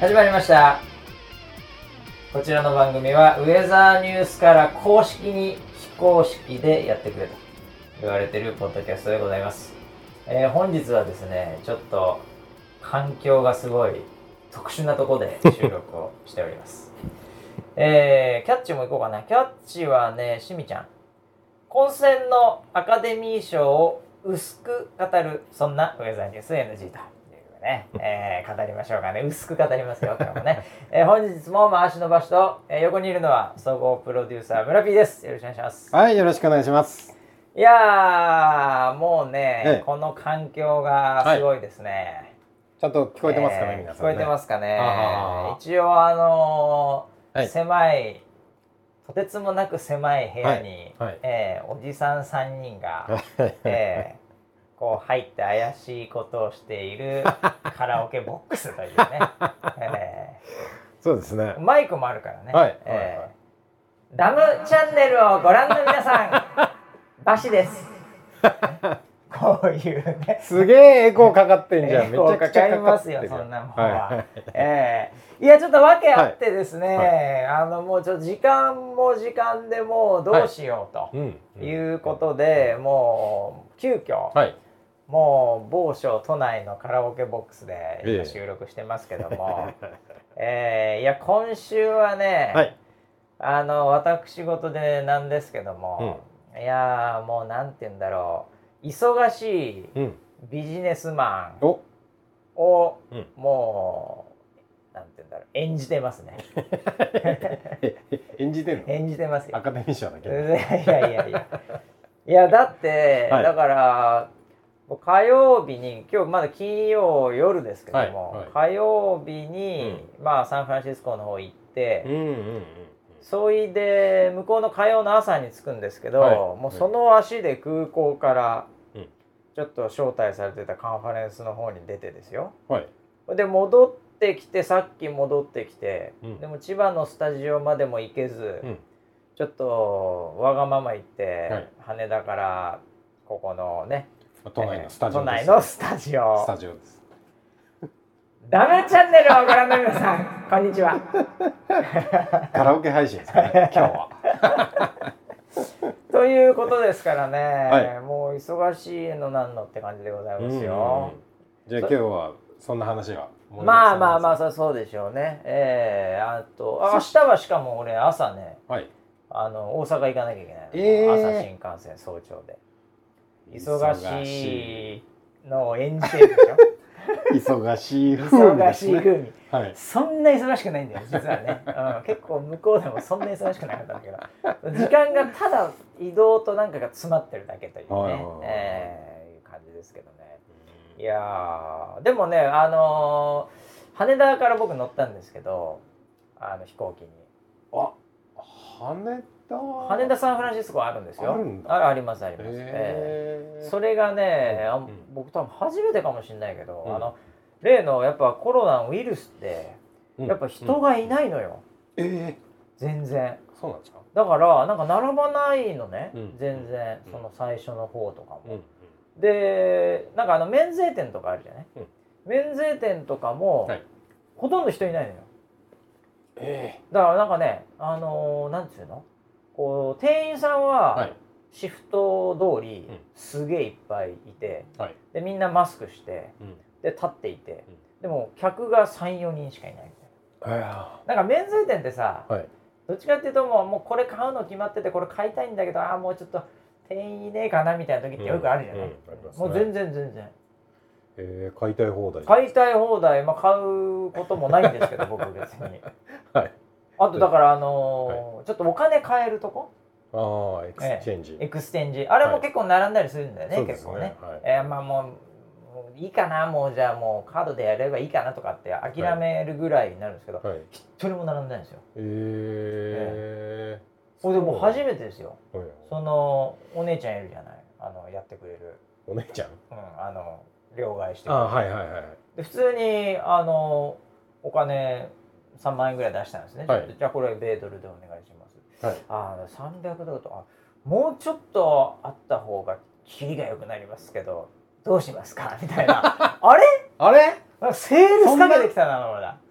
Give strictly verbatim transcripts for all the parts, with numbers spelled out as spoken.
始まりました。こちらの番組はウェザーニュースから公式に非公式でやってくれと言われているポッドキャストでございます。えー、本日はですね、ちょっと環境がすごい特殊なところで収録をしております。えー、キャッチも行こうかな。キャッチはね、しみちゃん。混戦のアカデミー賞を薄く語る、そんなウェザーニュース エヌジー というね、えー、語りましょうかね。薄く語りますよ、今日もね。えー、本日も回しの場所と、えー、横にいるのは総合プロデューサー村 P です。よろしくお願いします。 はい、よろしくお願いします。 いやー、もうね、 ええ、 この環境がすごいですね。はい、 ちゃんと聞こえてますかね、 えー、 皆さん、ね。 聞こえてますかね。 あ一応あのーはい、狭い、とてつもなく狭い部屋に、はいはい、えー、おじさんさんにんが、えー、こう入って怪しいことをしているカラオケボックスというね、えー、そうですね。 マイクもあるからね、 はい、 えーはいはい、 ダムチャンネルをご覧の皆さんバシですこういうね、 すげえエコーかかってんじゃん。めちゃくちゃかかますよ、そんなもんは。はい、えー、いやちょっと訳あってですね、はいはい、あのもうちょっと時間も時間でもうどうしようということで、はい、もう急遽、はい、もう某所都内のカラオケボックスで今収録してますけども、えー、いや今週はね、はい、あの私事でなんですけども、うん、いやもうなんて言うんだろう、忙しいビジネスマンを、うん、もうなんて言うんだろう、演じてますね演じてんの？ 演じてますよ。 アカデミー賞だけど。 いやいやいやいやだって、はい、だから火曜日に、今日まだ金曜夜ですけども、はいはい、火曜日に、うん、まあサンフランシスコの方行って、うんうんうん、そいで向こうの火曜の朝に着くんですけど、はい、もうその足で空港からちょっと招待されてたカンファレンスの方に出てですよ、はい、で戻ってきて、さっき戻ってきて、うん、でも千葉のスタジオまでも行けず、うん、ちょっとわがまま行って、はい、羽田からここのね、 都内のスタジオです、 都内のスタジオスタジオですダムチャンネルをご覧の皆さんこんにちはカラオケ配信ですかね今日はということですからね、はい、もう忙しいのなんのって感じでございますよ。 じゃあ今日はそんな話はまあまあまあそうでしょうね。えー、あと明日はしかも俺朝ね、はい、あの大阪行かなきゃいけないの、えー、朝新幹線早朝で忙しいのを演じてるでしょ忙しい風味ですね。 忙しい風味、はい、そんな忙しくないんだよ実はね、うん、結構向こうでもそんな忙しくなかったんだけど時間がただ移動となんかが詰まってるだけというね、はいはいはい、えー、いう感じですけどね。いやでもね、あのー、羽田から僕乗ったんですけど、あの飛行機に。 あ、羽田羽田サンフランシスコあるんですよ。あるんだ。あ、ありますあります、えー、それがね、うん、僕多分初めてかもしれないけど、うん、あの例のやっぱコロナウイルスってやっぱ人がいないのよ、うんうん、えー、全然。 そうなんですか。 だからなんか並ばないのね、うん、全然その最初の方とかも、うんうん、でなんかあの免税店とかあるじゃない、うん、免税店とかも、はい、ほとんど人いないのよ。えー、だからなんかね、あのー、なんていうの、こう店員さんはシフト通りすげえいっぱいいて、はい、でみんなマスクして、うん、で立っていて、うん、でも客が さん,よ 人しかいないみたいな。なんか免税店ってさ、はい、どっちかっていうともう、もうこれ買うの決まっててこれ買いたいんだけど、ああもうちょっと店員いねえかなみたいな時ってよくあるじゃない、うんうん、もう全然全然、 えー、買いたい放題買いたい放題、まあ、買うこともないんですけど僕別にはい、あとだからあのーはい、ちょっとお金買えるとこ、 ああエクスチェンジ、 ええ、エクスチェンジあれも結構並んだりするんだよね、はい、結構ね、はい、えー、まあもう、もういいかな、もうじゃあもうカードでやればいいかなとかって諦めるぐらいになるんですけど、はい、一人も並んでないんですよ。へえー、これでも初めてですよ、はい、そのお姉ちゃんいるじゃない、あのやってくれるお姉ちゃん、 うん、あの両替してくれる、 あ、はいはいはい、で普通にあのお金さんまんえんぐらい出したんですね、はい、じゃあこれ米ドルでお願いします、はい、ああさんびゃくドルと、あもうちょっとあった方がキリが良くなりますけどどうしますかみたいなあれあれセールスかけてきたな、まだ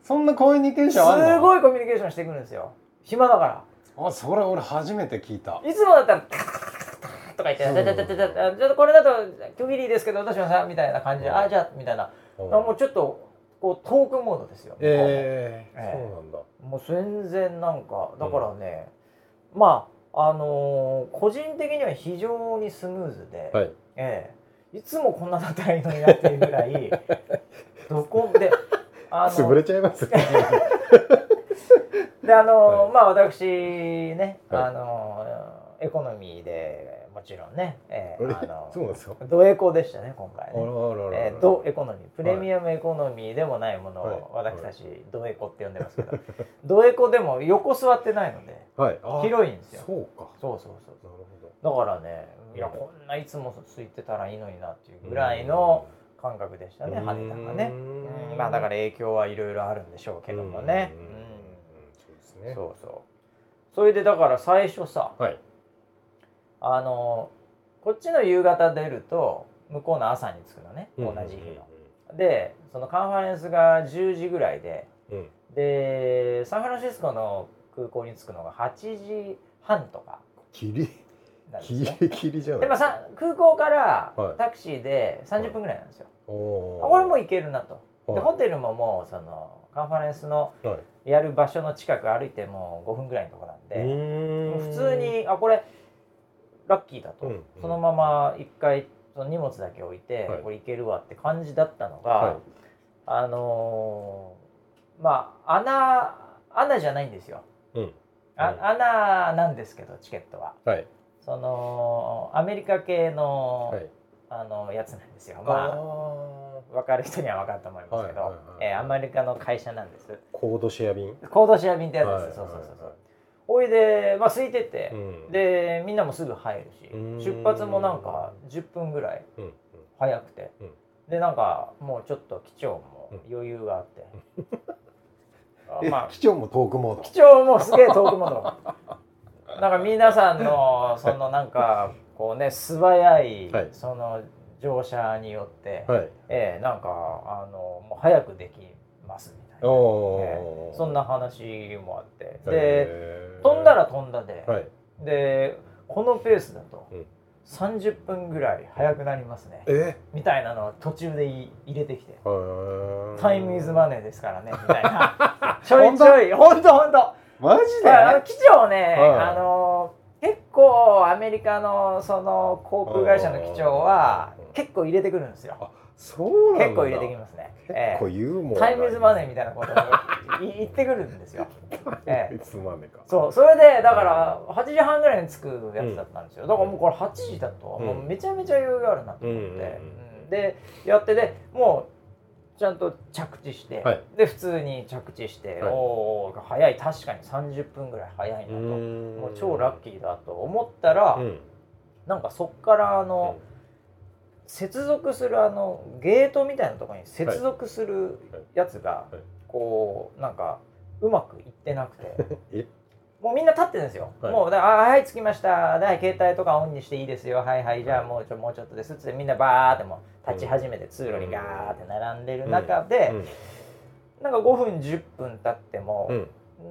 そんなコミュニケーションあるの？ すごいコミュニケーションしてくるんですよ。暇だから。 あ、それ俺初めて聞いた。 いつもだったらタカタカタカタカとか言って、ちょちょちょちょちょっとこれだと区切りですけどどうしますかみたいな感じで、あ、じゃあみたいな。もうちょっとこうトークモードですよ。 ええ、そうなんだ。 もう全然なんかだからね、まああの個人的には非常にスムーズで、ええ、いつもこんなだったらいいのになっていうぐらいどこであの潰れちゃいますね。 であの、はい、まあ私ね、はい、あのエコノミーでもちろんね、えー、あのそうですよ。 ドエコでしたね今回ね。 あらあらあら、 えー、ドエコノミー、プレミアムエコノミーでもないものを私たちドエコって呼んでますけど、はい、ドエコでも横座ってないので、はい、広いんですよ。 そうか。 そうそうそう。なるほど。だからね、いやこんないつも空いてたらいいのになっていうぐらいの感覚でしたね、羽田がね。うん、まあだから影響はいろいろあるんでしょうけどもね。うん、そうですね。そうそう。それでだから最初さ、はい、あのこっちの夕方出ると向こうの朝に着くのね、同じ日の。でそのカンファレンスがじゅうじぐらいで、うん、でサンフランシスコの空港に着くのがはちじはんとか。 キリキリキリじゃない。 でもさ空港からタクシーでさんじゅっぷんぐらいなんですよ。はい、これも行けるなと。でホテルももうそのカンファレンスのやる場所の近く歩いてもうごふんぐらいのとこなんで、普通にあこれラッキーだと、うんうん、そのまま一回その荷物だけ置いて、はい、これ行けるわって感じだったのが、はい、あのー、まあ穴穴じゃないんですよ。うん、あ穴なんですけどチケットは、はい、そのアメリカ系の、はい、あのやつなんですよ。まあ分かる人には分かると思いますけど、はいはいはい、えー、アメリカの会社なんです。 コードシェア便コードシェア便ってやつです、はい、そうそうそうそう。おいで、まあ、空いてて、うん、でみんなもすぐ入るし、出発もなんかじゅっぷんぐらい早くて、うんうん、でなんかもうちょっと機長も余裕があって、 うん、まあ、機長もトークモード。 機長もすげえトークモードなんか皆さんのそのなんかこうね素早いその乗車によって、はい、えー、なんかあのもう早くできますみたいな、えー、そんな話もあって、で飛んだら飛んだで、はい、でこのペースだとさんじゅっぷんぐらい早くなりますね、えみたいなのを途中で入れてきて、タイムイズマネーですからねみたいなちょいちょいほんとほんとマジで、 あの機長ね、はい、あの結構アメリカのその航空会社の機長は結構入れてくるんですよ。 あ、そうなんだ。 結構入れてきますね。 結構ユーモア、 タイムイズマネーみたいなことを言ってくるんですよ。 タイムイズマネーか。 そう、それでだからはちじはんぐらいに着くやつだったんですよ。だからもうこれはちじだともうめちゃめちゃ余裕があるなと思って、うんうん、でやってでもうちゃんと着地して、はい、で普通に着地して、はい、おお早い、確かにさんじゅっぷんぐらい早いなと、もう超ラッキーだと思ったら、うん、なんかそっからあの、うん、接続するあのゲートみたいなところに接続するやつが、はいはい、こうなんかうまくいってなくてえもうみんな立ってるんですよ、はい、もうだあはい着きました、はい携帯とかオンにしていいですよ、はいはいじゃあもうちょもうちょっとですってみんなバーってもう立ち始めて通路にガーって並んでる中で、うんうん、なんかごふんじゅっぷん経っても、うん、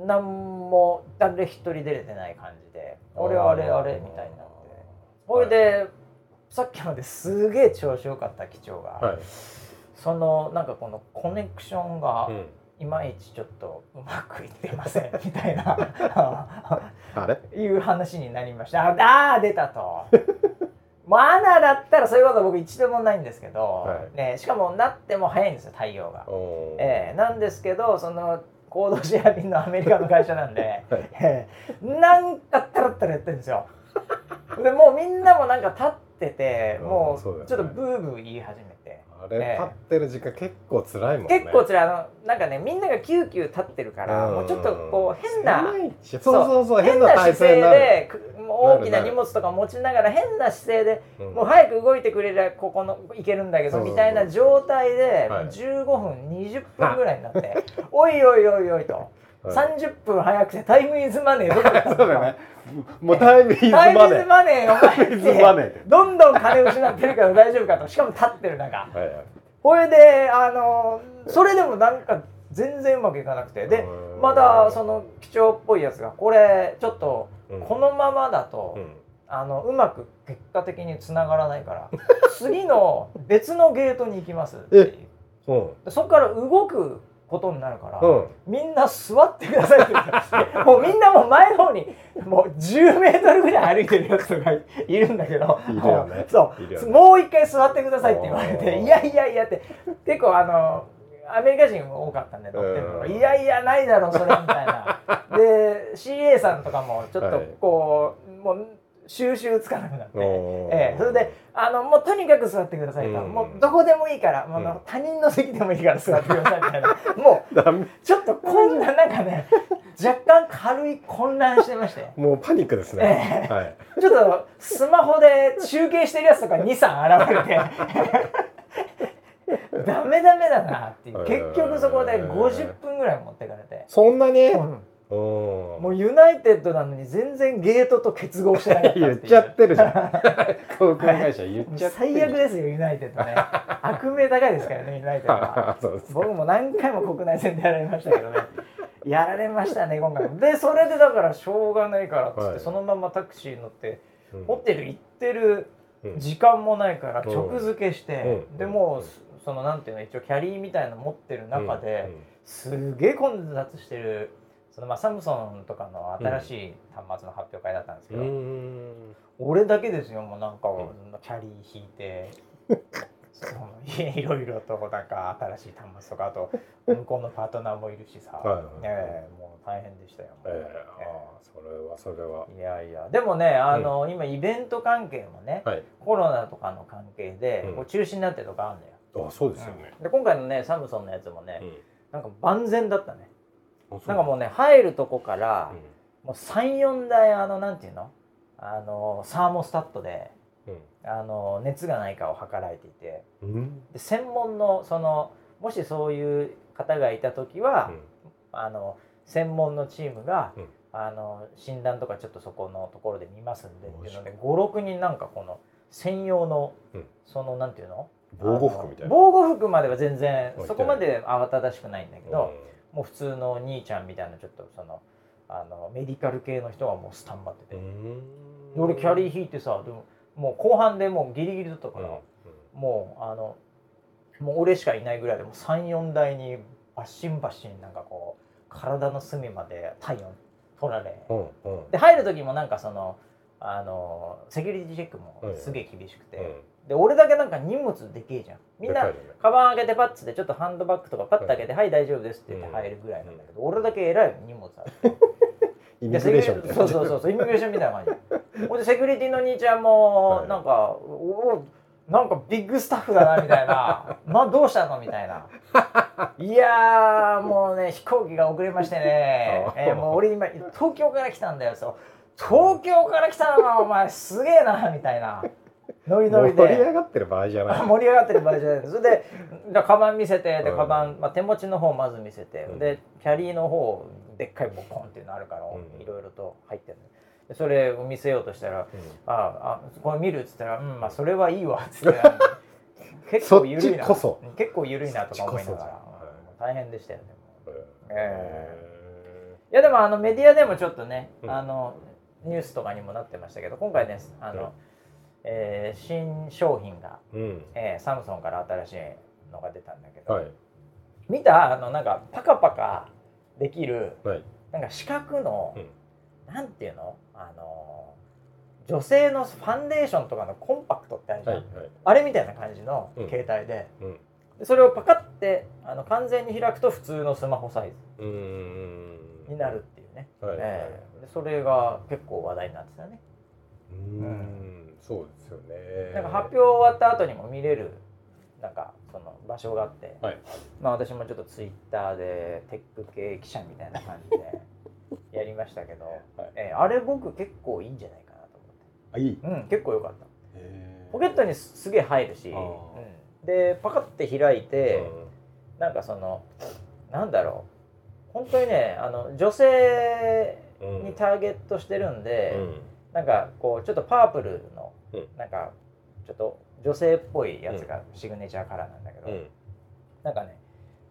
何も誰一人出れてない感じで、あれあれあれみたいになって、それで、はい、さっきまですげえ調子よかった機長が、はい、そのなんかこのコネクションが、うんいまいちちょっとうまくいってませんみたいなあれいう話になりました。ああ出たともうアナだったらそういうこと僕一度もないんですけど、はいね、しかもなっても早いんですよ対応が、えー、なんですけどそのコードシェア便のアメリカの会社なんで、はいえー、なんかったらったらやってるんですよでもうみんなもなんか立っててもうちょっとブーブー言い始めて、 あれ、えー、立ってる時間結構辛いもんね。 結構辛い。あのなんかねみんながキューキュー立ってるからもうちょっとこう変なそうそうそう変な姿勢で大きな荷物とか持ちながら変な姿勢で、うん、もう早く動いてくれりゃここの行けるんだけどみたいな状態でじゅうごふんにじゅっぷんぐらいになっておいおいおいおいと、はい、さんじゅっぷん早くてタイムイズマネーどこだったのそうだねもうタイムイズマネータイムイズマネーお前ってどんどん金失ってるから大丈夫かと、しかも立ってる中、はいはい、これであのそれでもなんか全然うまくいかなくて、でまだその貴重っぽいやつがこれちょっとこのままだと、うん、あのうまく結果的に繋がらないから次の別のゲートに行きますっていう、うん、そこから動くことになるから、うん、みんな座ってくださいって言ってもうみんなもう前の方にもうじゅうメートルぐらい歩いてるやつがいるんだけど、いるよね、そういるよね、もう一回座ってくださいって言われて、いやいやいやって結構あのアメリカ人も多かったんで乗ってるのが、いやいやないだろそれみたいなで シーエー さんとかもちょっとこう、はい、もう収集つかなくなって、ええ、それであのもうとにかく座ってくださいと、もうどこでもいいから、もう、うん、他人の席でもいいから座ってくださいみたいなもうちょっとこんななんかね若干軽い混乱してましてもうパニックですね、 ええ、はい、ちょっとスマホで中継してるやつとかにさん現れてダメダメだなっていう、結局そこでごじゅっぷんぐらい持ってかれて、 そんなに、うん、 もうユナイテッドなのに全然ゲートと結合してなかったっていう言っちゃってるじゃん航空会社言っちゃってる、 最悪ですよユナイテッドね悪名高いですからねユナイテッドは僕も何回も国内戦でやられましたけどねやられましたね今回で、それでだからしょうがないからっつって、はい、そのままタクシー乗って、うん、ホテル行ってる時間もないから直付けして、うん、でもうそのなんていうの一応キャリーみたいなの持ってる中で、うんうん、すげえ混雑してるそのまあサムソンとかの新しい端末の発表会だったんですけど、うん、俺だけですよもうなんか、うん、キャリー引いていろいろとなんか新しい端末とかあと向こうのパートナーもいるしさ、はいえー、もう大変でしたよ。えーえー、 あそれはそれは。 いやいやでもねあの、うん、今イベント関係もね、はい、コロナとかの関係で、うん、こう中止になってるとかあるんだよ。 あそうですよね、 うん、で今回のねサムソンのやつもね、うん、なんか万全だったね。なんかもうね入るとこから、うん、もう さん,よん 台あのなんていうのあのサーモスタットで、うん、あの熱がないかを測られていて、うん、で専門のそのもしそういう方がいた時は、うん、あの専門のチームが、うん、あの診断とかちょっとそこのところで見ますんでっていうのでご、ろくにんなんかこの専用の、うん、そのなんていうの防護服みたいな防護服までは全然そこまで慌ただしくないんだけど、うん、もう普通の兄ちゃんみたいなちょっとそのあのメディカル系の人はもうスタンバってて、で俺キャリー引いてさでももう後半でもうギリギリだったから、うんうん、もうあのもう俺しかいないぐらいでも さん,よん 台にバッシンバッシンなんかこう体の隅まで体温取られ、うんうん、で入る時もなんかそのあのセキュリティチェックもすげえ厳しくて、うんうん、で俺だけなんか荷物でけえじゃん。みんなカバン開けてパッツでちょっとハンドバッグとかパッと開けて、うん、はい大丈夫ですって言って入るぐらいなんだけど、うん、俺だけ偉い荷物あってイミグレーションみたいなそうそうそうそうイミグレーションみたいな感じほんでセキュリティの兄ちゃんもなんか、はい、おなんかビッグスタッフだなみたいなまあどうしたのみたいないやーもうね飛行機が遅れましてね、えー、もう俺今東京から来たんだよそう東京から来たのがお前すげえなみたいなノリノリで盛り上がってる場合じゃない盛り上がってる場合じゃないそれでカバン見せてでカバン、まあ、手持ちの方まず見せて、うん、でキャリーの方でっかいボコンっていうのあるからいろいろと入ってるのそれを見せようとしたら、うん、ああこれ見るっつったらうんまあそれはいいわっつって結構緩いな結構緩いなとか思いながら、うん、大変でしたよねえー、いやでもあのメディアでもちょっとね、うん、あのニュースとかにもなってましたけど今回ねあの、うんえー、新商品が、うんえー、サムソンから新しいのが出たんだけど、はい、見たあのなんかパカパカできる、はい、なんか四角の、うん、なんていうのあの女性のファンデーションとかのコンパクトってあるじゃん、はいはい、あれみたいな感じの携帯で、うん、でそれをパカってあの完全に開くと普通のスマホサイズになるっていうね、はいえー、でそれが結構話題になってたね。 うんうんそうですよね。 なんか発表終わった後にも見れるなんかその場所があって、はい、まあ私もちょっとツイッターでテック系記者みたいな感じでやりましたけど、はいえー、あれ僕結構いいんじゃないかなと思って。 あいい。 うん結構良かった。ポケットにすげえ入るし、うん、でパカって開いて、うん、なんかそのなんだろう本当にねあの女性にターゲットしてるんで。うんなんかこうちょっとパープルのなんかちょっと女性っぽいやつがシグネチャーカラーなんだけど、うん、なんかね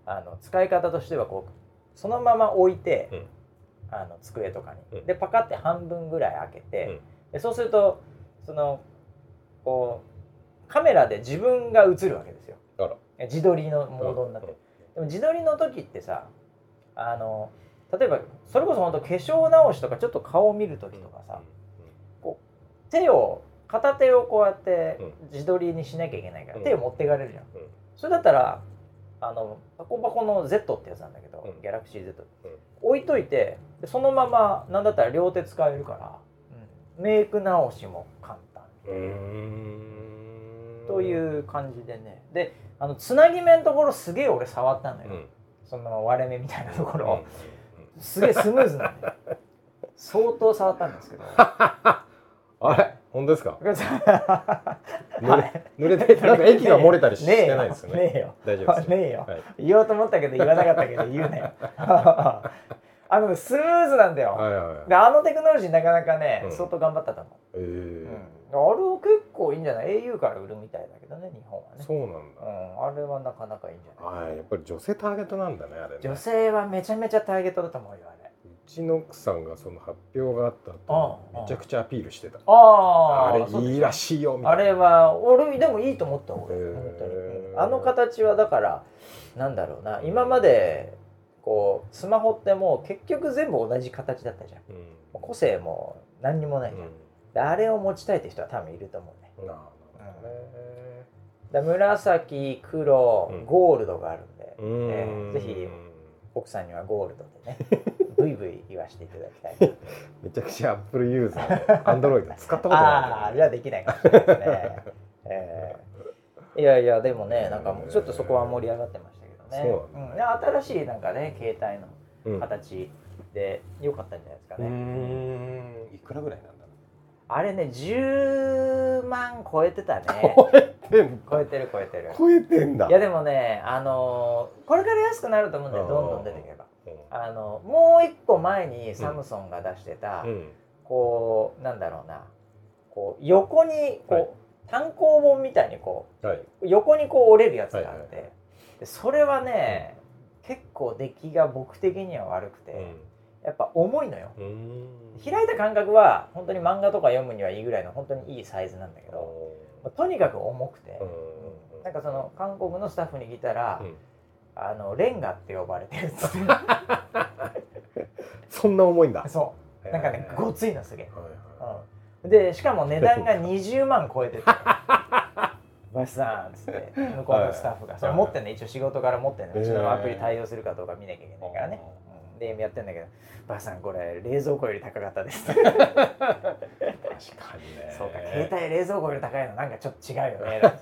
あの使い方としてはこうそのまま置いて、うん、あの机とかに、うん、でパカって半分ぐらい開けて、うん、でそうするとそのこうカメラで自分が映るわけですよ。 あら自撮りのモードになって、うんうん、でも自撮りの時ってさあの例えばそれこそ本当化粧直しとかちょっと顔を見る時とかさ、うんうん、こう手を片手をこうやって自撮りにしなきゃいけないから、うん、手を持っていかれるじゃん、うん、それだったらあのパコパコの Z ってやつなんだけど、うん、ギャラクシー Z、うん、置いといてでそのままなんだったら両手使えるから、うん、メイク直しも簡単うーんという感じでねであのつなぎ目のところすげえ俺触ったんだよ、うん、その割れ目みたいなところ、うん、すげえスムーズなんで相当触ったんですけどあれ本当ですか濡れ濡れてなんか液が漏れたりしてないですよね。 ねえよ。 大丈夫です。 ねえよ。はい、言おうと思ったけど言わなかったけど言うなよ。あのスムーズなんだよ。はいはいはい、であのテクノロジーなかなかね、うん、相当頑張ったと思う。えーうん、あれは結構いいんじゃない？ エーユー から売るみたいだけどね日本はね。 そうなんだ。 うん、あれはなかなかいいんじゃない？ はい、やっぱり女性ターゲットなんだねあれね。 女性はめちゃめちゃターゲットだと思うよあれ。 うちの奥さんがその発表があった後めちゃくちゃアピールしてた。 ああれいいらしいよみたいな。 あれは俺でもいいと思った俺本当に、うん、あの形はだからなんだろうな今までこうスマホってもう結局全部同じ形だったじゃん、うん、個性も何にもないじゃん、うん、であれを持ちたいって人は多分いると思うね。なるほどね、うん、で紫黒ゴールドがあるんで、うんえー、ぜひ奥さんにはゴールドでねブイブイ言わせていただきたいめちゃくちゃアップルユーザーアンドロイド使ったことない、ね、 ああじゃあできないかもしれないですね、えー、いやいやでもねなんかもうちょっとそこは盛り上がってましたけどね、そうなんだ、うん、新しいなんかね携帯の形で良かったんじゃないですかね、うん、 うーんいくらぐらいなんだろうあれねじゅうまん超えてたね超えてん超えてる超えてる超えてんだ。 いやでもねあのー、これから安くなると思うんでどんどん出てけばあのもう一個前にサムソンが出してた、うん、こうなんだろうなこう横にこう、はい、単行本みたいにこう、はい、横にこう折れるやつがあって、はいはい、でそれはね、うん、結構出来が僕的には悪くて、うん、やっぱ重いのよ。開いた感覚は本当に漫画とか読むにはいいぐらいの本当にいいサイズなんだけど、とにかく重くて、うん、なんかその韓国のスタッフに聞いたら、うんあのレンガって呼ばれてるっつってそんな重いんだ。 そうなんかねごついのすげえ、はいはいうん、でしかも値段がにじゅうまん超えててバシさんっつって向こうのスタッフがそれ持ってんね一応仕事から持ってんねうちのアプリ対応するかどうか見なきゃいけないからね、うん、でやってんだけどバシさんこれ冷蔵庫より高かったです確かにねそうか携帯冷蔵庫より高いのなんかちょっと違うよね、うん、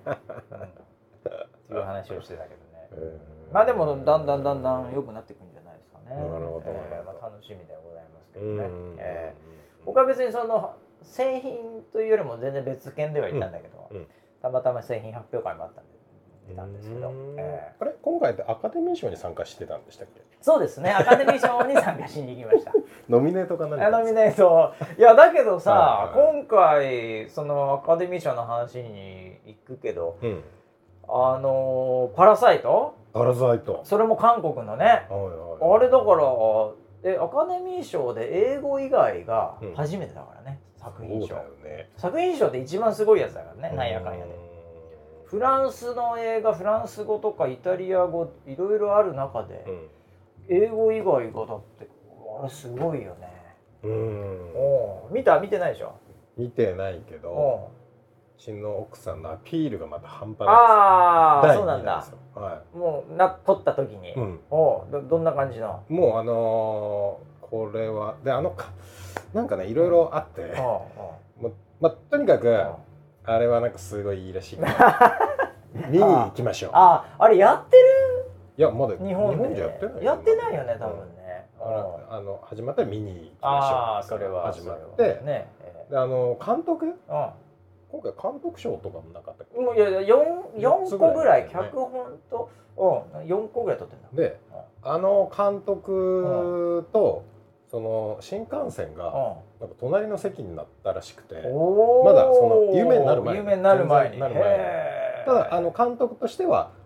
っていう話をしてたけどまあでもだんだんだんだん良くなっていくんじゃないですかね。なるほど、えーまあ、楽しみでございますけどね。えー、僕は別にその製品というよりも全然別件では行ったんだけど、うんうん、たまたま製品発表会もあったんで出たんですけど、 えー、あれ今回ってアカデミー賞に参加してたんでしたっけ？ そうですねアカデミー賞に参加しに行きました。 ノミネートか何かノミネートいやだけどさ、はいはいはい、今回そのアカデミー賞の話に行くけど、うん、あのー、パラサイトパラサイトそれも韓国のね、はいはいはい、あれだからえアカデミー賞で英語以外が初めてだからね、うん、作品賞、ね、作品賞って一番すごいやつだからねなんやかんやでフランスの映画フランス語とかイタリア語いろいろある中で、うん、英語以外がだってあれすごいよね。うんお見た見てないでしょ。 見てないけどうちの奥さんのアピールがまた半端ないですよ。 ああそうなんだ、 はい、 もうな撮った時に、うん、お ど, どんな感じのもうあのー、これはであのかなんかねいろいろあって、うん、もうまあ、とにかく、うん、あれはなんかすごいいいらしいから見に行きましょう。 あああれやってる？ いやまだ日本で日本じゃやってない。 やってないよね多分ね、 うん、あの始まったら見に行きましょう。 ああそれは始まってね、えー、であの監督、うん今回監督賞とかもなかったっけ？もういやいや 4, 4個ぐらい、ね、脚本と、うん、よんこぐらい撮ってんだ。で、うん、あの監督と、うん、その新幹線が、うん、なんか隣の席になったらしくて、まだその有名になる前に有名になる前になる前にただあの監督としては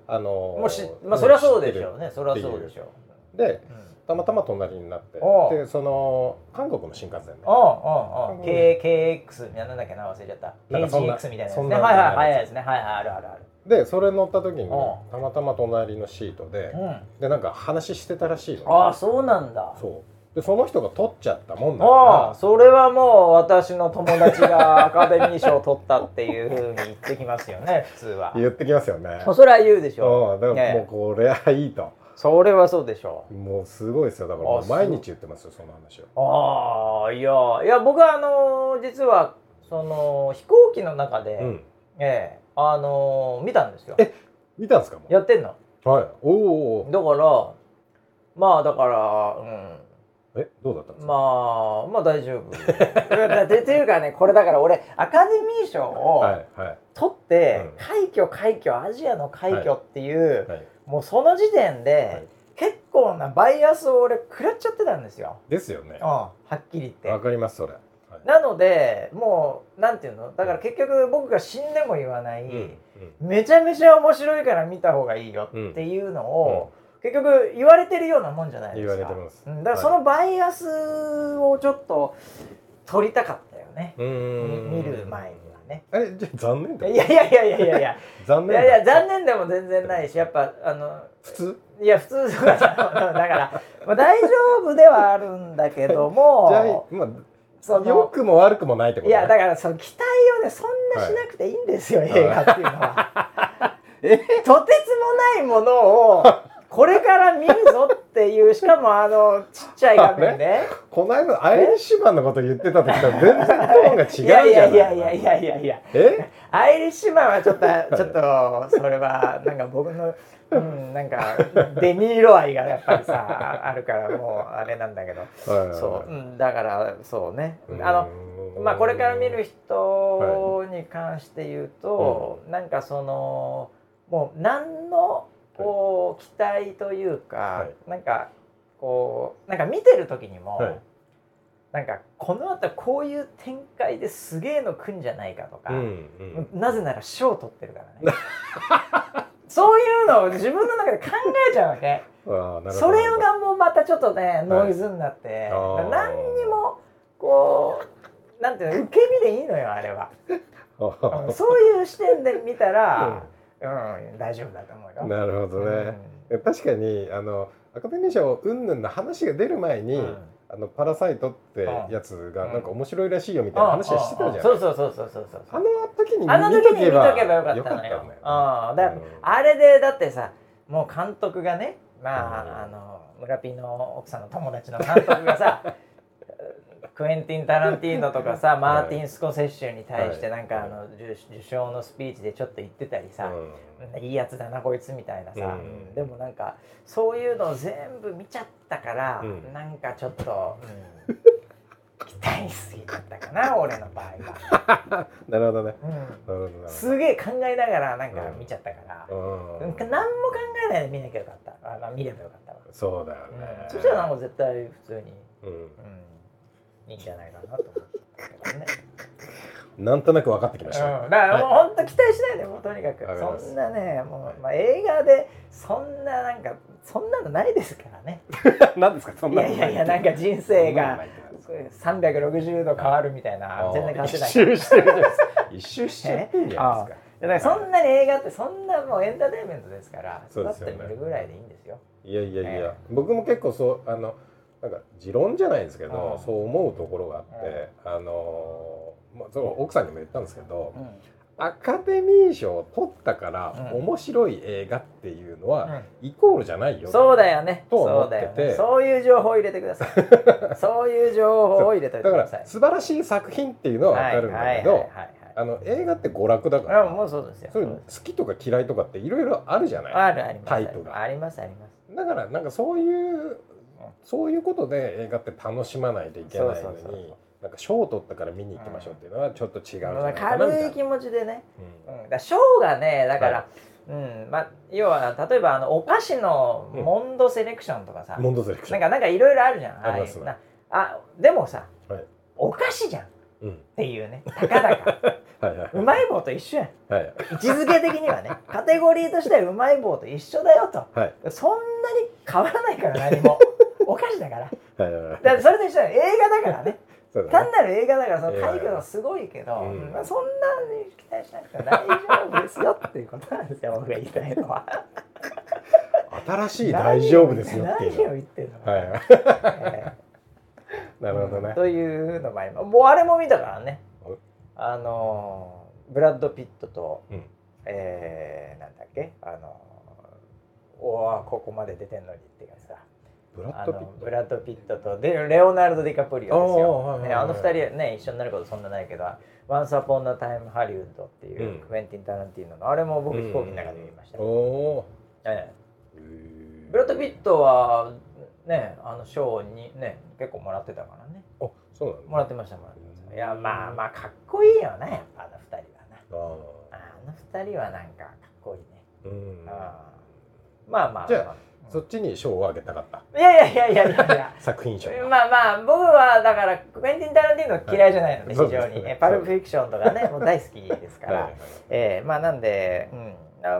あのもうし、まあそりゃそうでしょうね。そりゃそうでしょう。で、たまたま隣になって、でその韓国の新幹線で、 ああああ ケーエックス みたいななんだっけな忘れちゃった。ケージーエックス みたいなやつね。はいはいはいですね。はいはいあるあるある。 でそれ乗った時にたまたま隣のシートで、でなんか話してたらしいの。 ああそうなんだ。 そう。でその人が取っちゃったもんだから。ああそれはもう私の友達がアカデミー賞を取ったっていうふうに言ってきますよね普通は。 言ってきますよね。 それは言うでしょう。 うん、だからもうこれはいいと。 それはそうでしょう。 もうすごいですよ。だからもう毎日言ってますよその話を。ああいやいや僕はあの実はその飛行機の中で、うん、ええあの見たんですよ。 え見たんですかもう。 やってんの。 はい。おお。 だからまあだからうん。 えどうだったんですか。 まあまあ大丈夫。でっていうかねこれだから俺アカデミー賞を取って、はいはい、快挙快挙アジアの快挙っていう、はいはい、もうその時点で、はい、結構なバイアスを俺食らっちゃってたんですよ。 ですよね。 うん、はっきり言って。 わかりますそれ。はい、 なのでもうなんていうのだから結局僕が死んでも言わない、うんうん、めちゃめちゃ面白いから見た方がいいよっていうのを、うんうん結局言われてるようなもんじゃないですか。 言われてます。 だからそのバイアスをちょっと取りたかったよね。見る前にはね。 あれじゃあ残念だ。 いやいやいやいやいやいや。 残念。 いやいや残念でも全然ないし、やっぱあの普通？ いや普通とかだからまあ大丈夫ではあるんだけども。 じゃあまあその良くも悪くもないってこと、 ね。いやだからその期待をねそんなしなくていいんですよ、はい、映画っていうのは。えとてつもないものを。これから見るぞっていうしかもあのちっちゃい画面でこの間アイリッシュマンのこと言ってた時と全然トーンが違うじゃない。 いやいやいやいやいやいやえアイリッシュマンはちょっとちょっとそれはなんか僕のうんなんかデニーロ愛がやっぱりさあるからもうあれなんだけどそう、うん、だからそうねあのまあこれから見る人に関して言うと、はい、なんかそのもう何のこう期待というか、はい、なんかこうなんか見てる時にも、はい、なんかこの後こういう展開ですげえの来んじゃないかとか、うんうん、なぜなら賞を取ってるからねそういうのを自分の中で考えちゃうわけそれがもうまたちょっとねノイズになって、はい、何にもこうなんていうの受け身でいいのよあれは、うん、そういう視点で見たら、うんうん、大丈夫だと思うよ。 なるほどね、うん、確かにあのアカデミー賞云々の話が出る前に、うん、あのパラサイトってやつがなんか面白いらしいよみたいな話はしてたじゃない。 そうそうそうそうそうそう。 あの時に見あの時に見とけばよかったのよ。 よかったね。 あだ、うん、あれでだってさもう監督がねまあ、うん、あの村ピーの奥さんの友達の監督がさクエンティン・タランティーノとかさマーティン・スコセッシュに対してなんかあの受賞のスピーチでちょっと言ってたりさ、うん、いいやつだなこいつみたいなさ、うん、でもなんかそういうのを全部見ちゃったから、うん、なんかちょっと、うん、期待しすぎだったかな俺の場合は。 なるほどね、 うん、なるほどすげえ考えながらなんか見ちゃったから、うんうん、何も考えないで見なきゃよかったあ見ればよかったわ。 そうだよね、 うん、そしたらなんか絶対普通に、うんうんいいんじゃないかなと思ったけどね。 なんとなく分かってきました。 うん、だからもう本当期待しないでもうとにかくそんなねもう、まあ、映画でそんななんかそんなのないですからね。 何ですかそんなの。 いやいやいやなんか人生がさんびゃくろくじゅうど変わるみたいな全然変わってない。 一周してるじゃないですか。一周しちゃってんじゃないですか。 だからそんなに映画ってそんなもうエンターテインメントですから育ってみるぐらいでいいんですよ。 いやいやいや、えー、僕も結構そうあのなんか持論じゃないですけど、うん、そう思うところがあって、うん、あのまあ、その奥さんにも言ったんですけど、うん、アカデミー賞を取ったから、うん、面白い映画っていうのは、うん、イコールじゃないよそうだよねと思ってて、そうだよね、 そういう情報を入れてくださいそういう情報を入れてください。 だから素晴らしい作品っていうのは分かるんだけどあの映画って娯楽だからもうそうですよ。 それ好きとか嫌いとかっていろいろあるじゃない。 あるありますタイプがありますあります。 だからなんかそういうそういうことで映画って楽しまないといけないのになんか賞を取ったから見に行きましょうっていうのはちょっと違うんじゃないかなみたいな、 軽い気持ちでね、うんうん、だ賞がねだから、はいうんまあ、要は例えばあのお菓子のモンドセレクションとかさ、 うん、モンドセレクションなんかなんかいろいろあるじゃん。 ありますね。 あでもさ、 はい、 お菓子じゃん、 うん、 っていうねたかだかはいはい、うまい棒と一緒やん、はい、位置づけ的にはねカテゴリーとしてはうまい棒と一緒だよと、はい、そんなに変わらないから何もお菓子だからはいはい、はい、だからそれと一緒だよ、映画だからねね、単なる映画だからその大河はすごいけど、うん、まあ、そんなに期待しなくても大丈夫ですよっていうことなんですよ僕が言いたいのは新しい大丈夫ですよっていう何を言ってんの、はいえー、なるほどね、 うん、というのもあります。もうあれも見たからね、あのブラッド・ピットと、うん、えー、なんだっけ、あのおここまで出てんのにっていうかさ、ブラッド・ピットブラッド・ピットとでレオナルド・ディカプリオですよ、ね、あのふたりね一緒になることそんなないけど「Once Upon a Time Hollywood」っていう、うん、クエンティン・タランティーノのあれも僕飛行機の中で見ました、うん、おー、えー、ブラッド・ピットはねあの賞にね結構もらってたからね。 あ、そうなんだ、 もらってましたもらってました。いやまあまあかっこいいよね、あのふたりはな。ああのふたりはなんかかっこいいね。うん、あまあまあ、 じゃあそっちに賞をあげたかった。 いやいやいやいやいや作品賞。 まあまあ僕はだからクエンティン・タランティーノ嫌いじゃないので、はい、非常に、ね、パルプフィクションとかねもう大好きですから、はいはい、えー、まあなんで、うん、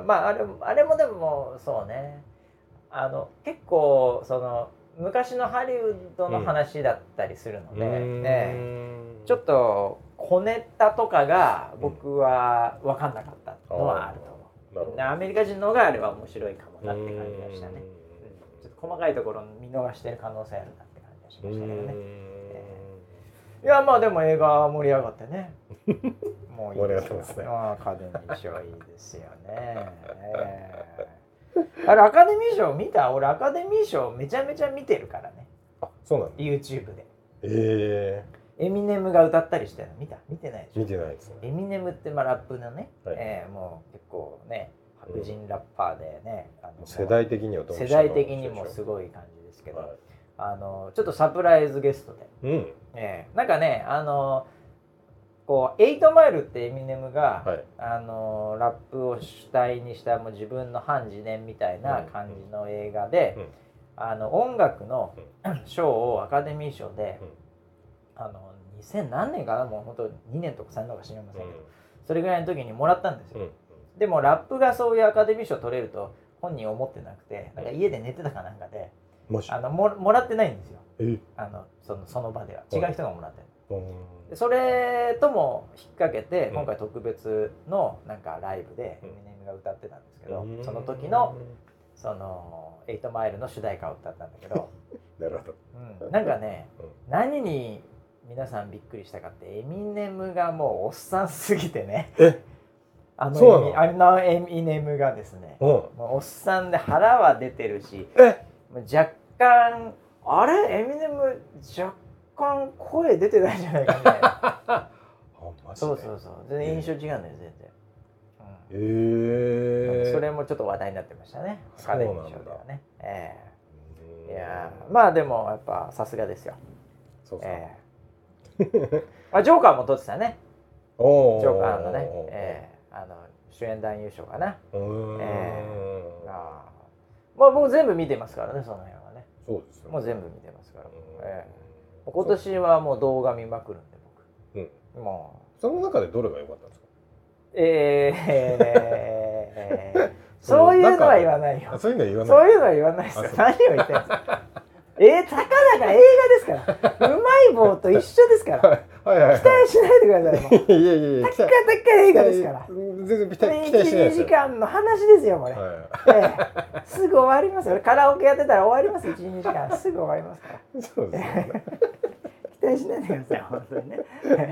まああれあれもでもそうね、あの結構その昔のハリウッドの話だったりするので、うんね、ちょっと小ネタとかが僕は分かんなかったのはあると思う、うん、アメリカ人の方があれは面白いかもなって感じがしたね、うん、ちょっと細かいところ見逃してる可能性あるなって感じがしましたけどね、えー、いやまあでも映画盛り上がってねもういいですよね、アカデミー賞いいですよね、えーあれアカデミー賞見た？俺アカデミー賞めちゃめちゃ見てるからね。 あ、そうなんだ。 YouTube で。 ええー、エミネムが歌ったりしてるの見た？見てないでしょ？ 見てないですね。 エミネムってまあラップのね、はい、えー、もう結構ね白人ラッパーでね、 うん、あの世代的にはどう世代的にもすごい感じですけど、はい、あのちょっとサプライズゲストで、うん、えー、なんかねあのこうエイトマイルってエミネムが、はい、あのラップを主体にしたもう自分の反自伝みたいな感じの映画で、うんうん、あの音楽の賞をアカデミー賞で、うん、あのにせん何年かな、もう本当にねんとかさんねんとか知りませんけど、うん、それぐらいの時にもらったんですよ、うん、でもラップがそういうアカデミー賞取れると本人思ってなくて、なんか家で寝てたかなんかで、もしあの も, もらってないんですよ、えあの そ, のその場では違う人がもらってる、でそれとも引っ掛けて今回特別のなんかライブでエミネムが歌ってたんですけど、うん、その時のそのエイトマイルの主題歌を歌ったんだけどなるほど、 うん、なんかね、うん、何に皆さんびっくりしたかってエミネムがもうおっさんすぎてねえあのエミ、あのエミネムがですね、うん、もうおっさんで腹は出てるしえ若干あれエミネム若干声出てないんじゃないかみたいなそうそうそう全然印象違うんだよ全然、うん、えー、それもちょっと話題になってましたねアカデミー賞ではね、えー、いやまあでもやっぱさすがですよそうそう、えーまあ、ジョーカーも撮ってたねジョーカーのね、えー、あの主演男優賞かな、えー、あまあ僕全部見てますからねその辺はねそうですよ、ね、 もう全部見てますから、えー今年はもう動画見まくるんで僕、うん、もうその中でどれが良かったんですか？ えー、そういうのは言わないよ。 そういうのは言わない。 そういうのは言わないですよ。何を言ってんですか？えー、たかだか映画ですから。うまい棒と一緒ですから。はいはいはい、期待しないでください。もういやいやいや。たかだか映画ですから。 全然期待しないですよ。 いちにちかんの話ですよこれ。はいえー、すぐ終わりますよ。カラオケやってたら終わります。いちにちかんすぐ終わりますから。そうですね。期待しないでください本当にね。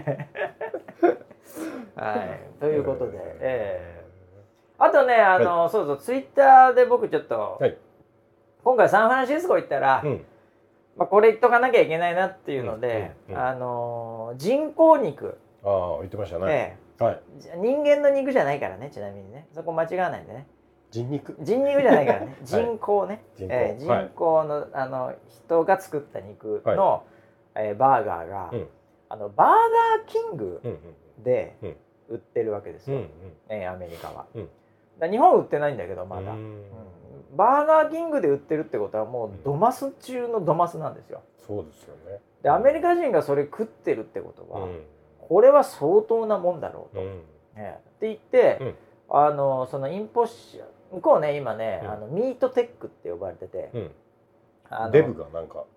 はいということで、えー、あとねあの、はい、そうそうツイッターで僕ちょっと、はい、今回サンフランシスコ行ったら、うんまあ、これ言っとかなきゃいけないなっていうので、うんうんうん、あの人工肉ああ言ってましたね、 えーはい、人間の肉じゃないからねちなみにねそこ間違わないんでね人肉人肉じゃないからね人工ね、はい人工、えー、人工の、はい、あの人が作った肉の、はいえー、バーガーが、うん、あのバーガーキングで売ってるわけですよ、うんうんえー、アメリカは、うん、だ日本売ってないんだけどまだ、うん、バーガーキングで売ってるってことはもうドマス中のドマスなんですよ。 そうですよね。 でアメリカ人がそれ食ってるってことは、うん、 これは相当なもんだろうと、うんね、って言って、うん、あのそのインポッシ向こうね今ね、うん、あのミートテックって呼ばれてて、うん、 あのデブがなんか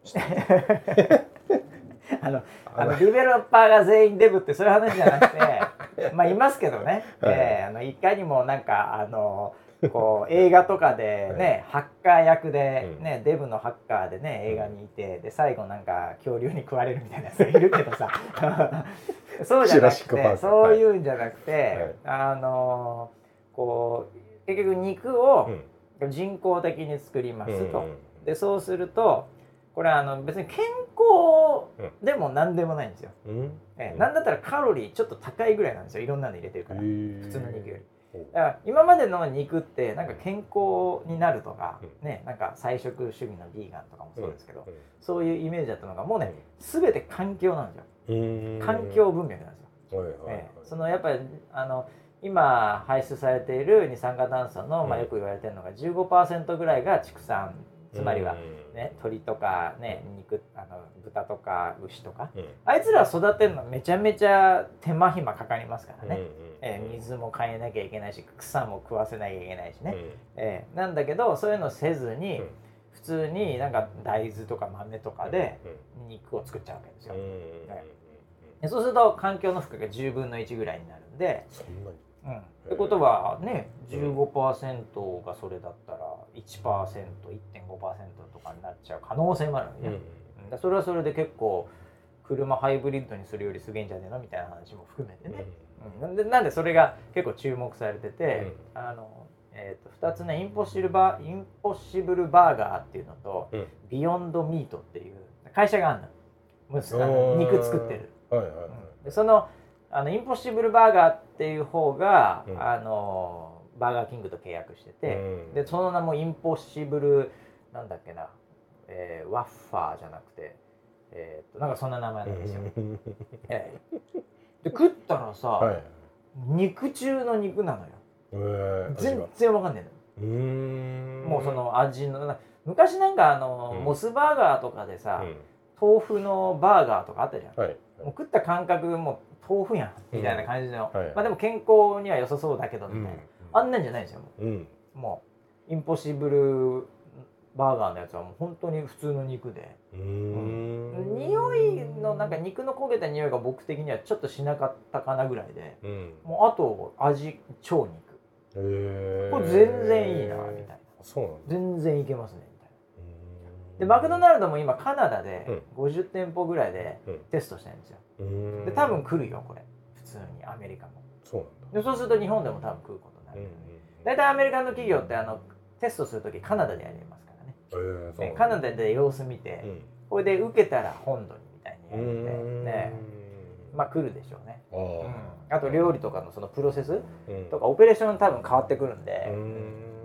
あのあのディベロッパーが全員デブってそういう話じゃなくてまあいますけどね、はいえー、あのいかにもなんかあのこう映画とかでね、はい、ハッカー役で、ねうん、デブのハッカーでね映画にいてで最後なんか恐竜に食われるみたいなやつがいるけどさそうじゃなくてそういうんじゃなくて、はい、あのこう結局肉を人工的に作りますと、うん、でそうするとこれはあの別に健康でも何でもないんですよ、うんえー、なんだったらカロリーちょっと高いぐらいなんですよいろんなの入れてるから普通の肉より。だから今までの肉ってなんか健康になるとか、うん、ねなんか菜食主義のビーガンとかもそうですけど、うん、そういうイメージだったのがもうね全て環境なんですよ。環境文脈なんですよ。はいはいはいえー、そのやっぱりあの今排出されている二酸化炭素の、まあ、よく言われているのが じゅうごパーセント ぐらいが畜産つまりは、ね、鶏とか、ね、肉あの豚とか牛とか、うん、あいつら育てるのめちゃめちゃ手間暇かかりますからね、うんうんえー、水も変えなきゃいけないし草も食わせなきゃいけないしね、うんえー、なんだけどそういうのせずに、うん、普通になんか大豆とか豆とかで肉を作っちゃうわけですよ、うんね、でそうすると環境の負荷がじゅうぶんのいちぐらいになるんでそんなにうん、ってことはね じゅうごパーセント がそれだったら いちパーセント、いってんごパーセント とかになっちゃう可能性もあるわけね、うん、それはそれで結構車ハイブリッドにするよりすげえんじゃねえのみたいな話も含めてね、うん、なんで、なんでそれが結構注目されてて、うん、あのえー、とふたつねインポッシブルバー、インポッシブルバーガーっていうのと、うん、ビヨンドミートっていう会社があるの、あの肉作ってる、はいはいはいうん、でそのあのインポッシブルバーガーっていう方が、うん、あのバーガーキングと契約してて、うん、でその名もインポッシブルなんだっけな、えー、ワッファーじゃなくて、えー、っとなんかそんな名前なんですよ、えー、で食ったらさ、はい、肉中の肉なのよ、えー、全然わかんないのよ。うーんもうその味の昔なんかあの、うん、モスバーガーとかでさ、うん、豆腐のバーガーとかあったじゃん、はい、もう食った感覚も豆腐やんみたいな感じの、うんはい、まあでも健康には良さそうだけどみたいな、うん、あんなんじゃないですよもう、うん、もうインポッシブルバーガーのやつはもう本当に普通の肉でうーん、うん、匂いのなんか肉の焦げた匂いが僕的にはちょっとしなかったかなぐらいで、うん、もうあと味超肉へこれ全然いいなみたいなそうなんだ全然いけますねみたいなでマクドナルドも今カナダでごじゅってんぽぐらいでテストしてるんですよ、うん、で多分来るよこれ普通にアメリカもそうなんだでそうすると日本でも多分来ることになる、うんうん、だいたいアメリカの企業ってあのテストするときカナダでやりますからね、えー、ねカナダで様子見て、うん、これで受けたら本土にみたいにやるんで、ね、まあ来るでしょうね、あ、うん、あと料理とかのそのプロセスとかオペレーション多分変わってくるんで、うん、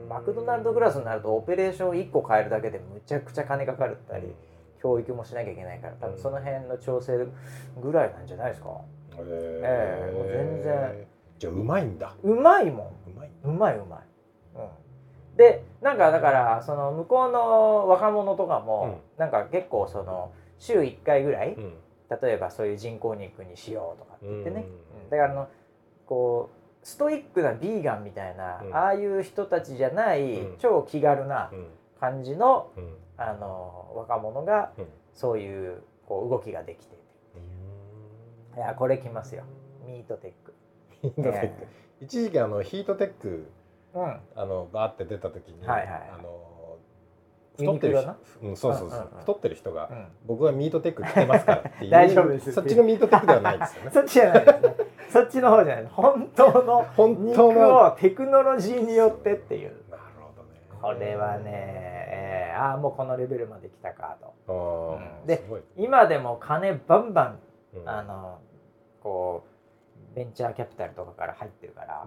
マクドナルドクラスになるとオペレーションいっこ変えるだけでむちゃくちゃ金かかるったり、うん、教育もしなきゃいけないから多分その辺の調整ぐらいなんじゃないですか、へえー、もう全然じゃあうまいんだうまいもんうまいうまいうまい、うん、でなんかだからその向こうの若者とかも、うん、なんか結構その週いっかいぐらい、うん、例えばそういう人工肉にしようとかって言ってね、うん、だからあのこうストイックなビーガンみたいな、うん、ああいう人たちじゃない、うん、超気軽な感じの、うん、あの若者がそういう、こう動きができていて、いやこれきますよミートテックヒートテック、えー、一時期あのヒートテック、うん、あのバーって出た時に、はいはい、あの太ってる人、うん、そうそうそう、うんうんうん、太ってる人が、うん、僕はミートテック着てますからっていう大丈夫ですそっちのミートテックではないですよねそっちじゃないですねそっちの方じゃない本当の肉をテクノロジーによってっていうなるほどねこれはね、えー、ああもうこのレベルまで来たかと、うん、で今でも金バンバン、うん、あのこうベンチャーキャピタルとかから入ってるから、うん、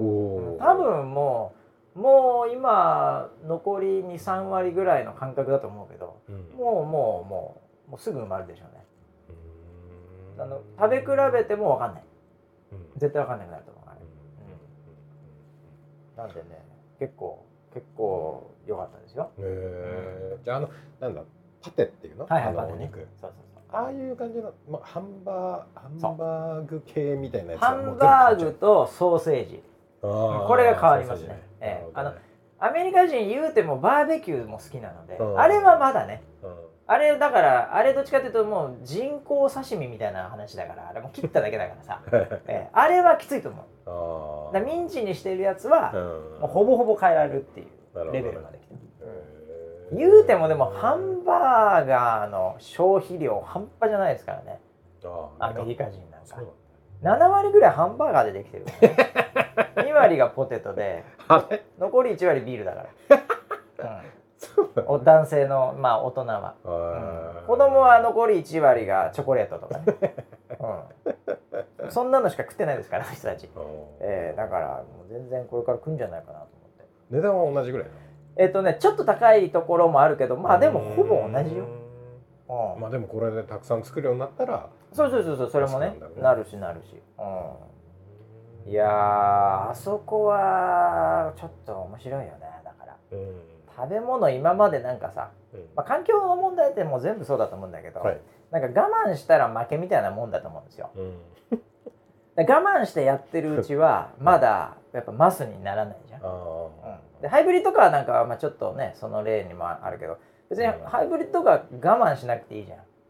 多分もうもう今残り にさんわりぐらいの感覚だと思うけど、うん、もうもうもうもうすぐ埋まるでしょうね。うーんあの食べ比べても分かんない、うん、絶対分かんなくなると思う、うん、なんでね結構結構良かったですよ。へえ、うん、じゃああのなんだパテっていうの、はいはい、あのお肉そうそうそうああいう感じの、まあ、ハンバーハンバーグ系みたいなやつハンバーグとソーセージ、これが変わりますね。ねえー、あのアメリカ人言うてもバーベキューも好きなので、あれはまだね、あれだからあれどっちかというともう人工刺身みたいな話だから、あれも切っただけだからさ、えー、あれはきついと思う。だミンチにしてるやつはもうほぼほぼ変えられるっていうレベルまで来てる。言うてもでもハンバーガーの消費量半端じゃないですからね、アメリカ人なんかななわりぐらいハンバーガーでできてるからねにわりがポテトで残りいちわりビールだから、うん、お男性のまあ大人は、うん、子供は残りいちわりがチョコレートとかね、うん、そんなのしか食ってないですから人たち、えー、だからもう全然これから来るんじゃないかなと思って。 値段は同じぐらいなの？ えっとねちょっと高いところもあるけど、まあでもほぼ同じよ。 うん、まあでもこれでたくさん作るようになったら、 そうそうそうそう、それもねなるしなるし、うん、いやーあそこはちょっと面白いよね。だから、うん、食べ物今までなんかさ、うんまあ、環境の問題ってもう全部そうだと思うんだけど、はい、なんか我慢したら負けみたいなもんだと思うんですよ、うん、我慢してやってるうちはまだやっぱマスにならないじゃん。あ、うん、でハイブリッドカーなんかはまあちょっとねその例にもあるけど、別にハイブリッドカー我慢しなくていいじゃん、うん、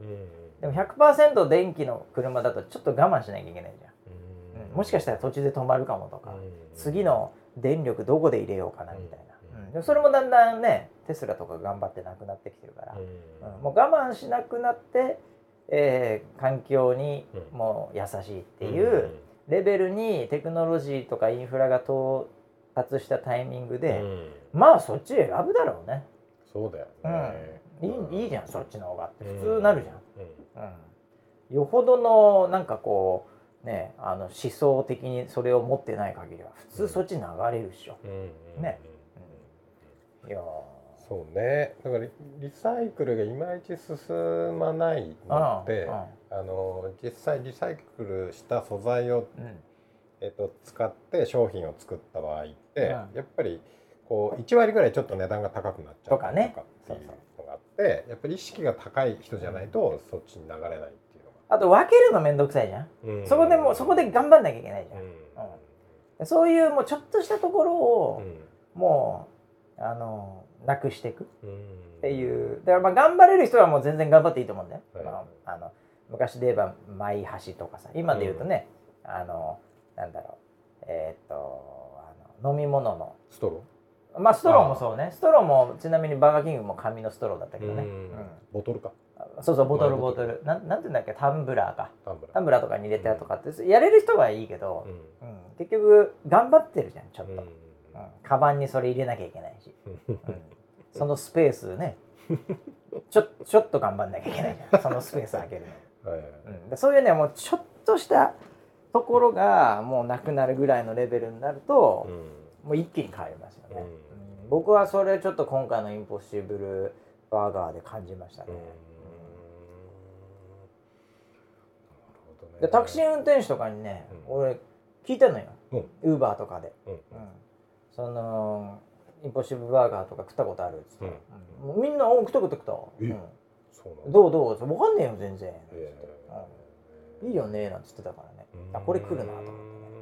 でも ひゃくパーセント 電気の車だとちょっと我慢しなきゃいけないじゃん、うん、もしかしたら途中で止まるかもとか、うん、次の電力どこで入れようかなみたいな、うん、でもそれもだんだんねテスラとか頑張ってなくなってきてるから、うんうん、もう我慢しなくなって、えー、環境にもう優しいっていうレベルにテクノロジーとかインフラが到達したタイミングで、うん、まあそっち選ぶだろうね。 そうだよね、 うん、いい、いいじゃんそっちの方がって普通なるじゃん、うんうん、よほどのなんかこうねあの思想的にそれを持ってない限りは普通そっち流れるっしょ、うん、ね、うん、いやそうね、だからリサイクルがいまいち進まないので、うんうん、あの実際リサイクルした素材を、うんえっと、使って商品を作った場合って、うん、やっぱりこういちわりぐらいちょっと値段が高くなっちゃうとかっていうのがあって、やっぱり意識が高い人じゃないとそっちに流れないっていうのが、 あと分けるのめんどくさいじゃん、うん、そこでもうそこで頑張んなきゃいけないじゃん、うんうん、そういうもうちょっとしたところを、うん、もうあのなくしていくっていう、だからまあ頑張れる人はもう全然頑張っていいと思うんだよ、はいまあ、あの昔で言えばマイ箸とかさ、今で言うとね、うん、あのなんだろうえー、っとあの飲み物のストロー、 まあストローもそうね、ストローもちなみにバーガーキングも紙のストローだったけどね、うん、 ボトルか、 そうそうボトルボトル、なん、なんて言うんだっけ、タンブラーか、タンブラー、タンブラーとかに入れてとかって、うん、やれる人はいいけど、うんうん、結局頑張ってるじゃんちょっと、うんうん、カバンにそれ入れなきゃいけないし、うん、そのスペースねちょ、ちょっと頑張んなきゃいけないじゃんそのスペース開けるの、はいはいはいうん、でそういうねもうちょっとしたところがもうなくなるぐらいのレベルになると、うん、もう一気に変わりますよね、うん僕はそれちょっと今回のインポッシブルバーガーで感じましたね。でタクシー運転手とかにね、うん、俺聞いてんのよ、ウーバーとかで、うんうん、そのインポッシブルバーガーとか食ったことあるっつって、うんうん、みんな「お食った食った食った、うん、そうどうどう分かんねえよ全然」うん、いいよね」なんつってたからね、あこれ来るなと思ってね、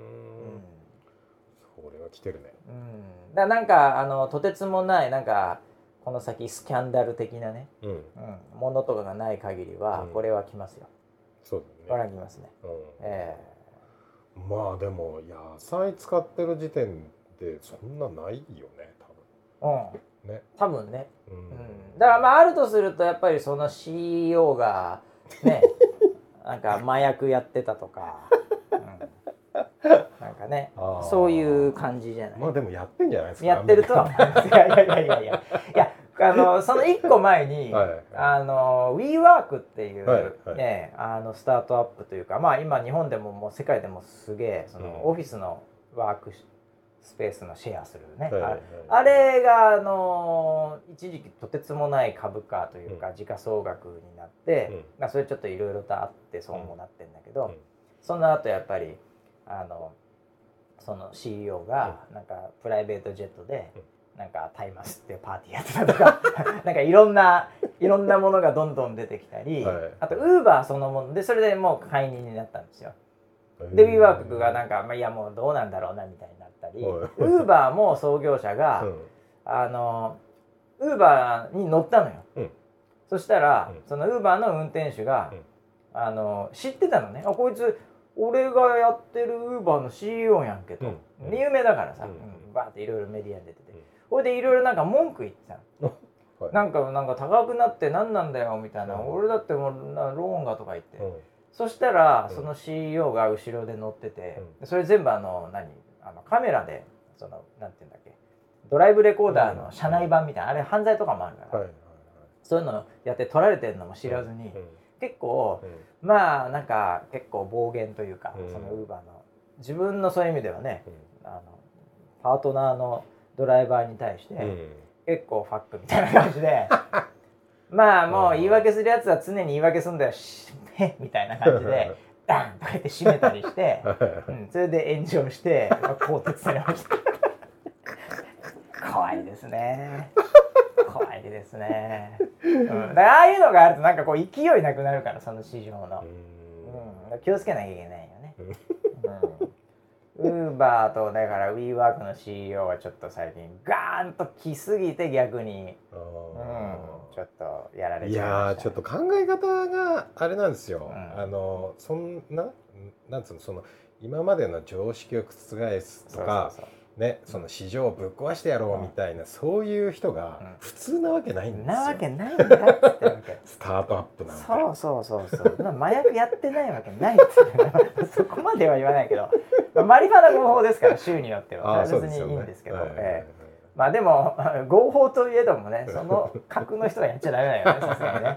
うん、それは来てるね、 うんだなんかあのとてつもないなんかこの先スキャンダル的なね、うんうん、ものとかがない限りはこれは来ますよ、うん、そうだね、これは来ますね、うんえー、まあでも野菜使ってる時点でそんなないよね多分、うんね、多分ね、うんうん、だからまああるとするとやっぱりその シーイーオー がねなんか麻薬やってたとかなんかね、そういう感じじゃない。 まあでもやってんじゃないですか。 やってるとは思います。いやいやいやいやいや。いやあのその一個前に、はいはい、あの WeWork っていう、はいはい、ねあのスタートアップというか、まあ今日本でももう世界でもすげえその、うん、オフィスのワークスペースのシェアするね。はいはいはい、あれがあの一時期とてつもない株価というか、うん、時価総額になって、うんまあ、それちょっといろいろとあってそうもなってんだけど、うん、その後やっぱりあのその シーイーオー がなんかプライベートジェットでなんかタイマスっていうパーティーやってたとかなんかいろんないろんなものがどんどん出てきたり、はい、あとウーバーそのものでそれでもう会員になったんですよ。で WeWork がなんか、まあ、いやもうどうなんだろうなみたいになったり、ウーバーも創業者が、うん、あのウーバーに乗ったのよ、うん、そしたら、うん、そのウーバーの運転手が、うん、あの知ってたのね。あこいつ俺がやってるウーバーの シーイーオー やんけと、うん、有名だからさ、うん、バーっていろいろメディアに出てて、それでいろいろなんか文句言ってたのはい、なんかなんか高くなって何なんだよみたいな、うん、俺だってもうローンがとか言って、うん、そしたらその シーイーオー が後ろで乗ってて、うん、それ全部あの何あのカメラでそのなんていうんだっけドライブレコーダーの車内版みたいな、うん、あれ犯罪とかもあるから、はい、そういうのやって撮られてるのも知らずに、うん、結構、うん、まあなんか結構暴言というか、うん、そのウーバーの自分のそういう意味ではね、うん、あのパートナーのドライバーに対して、うん結構ファックみたいな感じでまあもう言い訳するやつは常に言い訳するんだよみたいな感じでダンとか言って閉めたりして、うん、それで炎上して更迭されました怖いですね怖いですね、うん、だからああいうのがあるとなんかこう勢いなくなるからその市場の、うん、気をつけなきゃいけないよね、ウーバーとだから WeWork の シーイーオー はちょっと最近ガーンと来すぎて逆に、うん、ちょっとやられちゃいました。いやちょっと考え方があれなんですよ、うん、あのそんななんつうのその今までの常識を覆すとかそうそうそうね、その市場をぶっ壊してやろうみたいな、うん、そういう人が普通なわけないんですよ。 なわけないんだってわけスタートアップなんてそうそうそうそう麻薬やってないわけないってそこまでは言わないけどマリファナ合法ですから州によっては別にいいんですけど、ええ、まあでも合法といえどもねその格の人がやっちゃダメだよねさすがにね、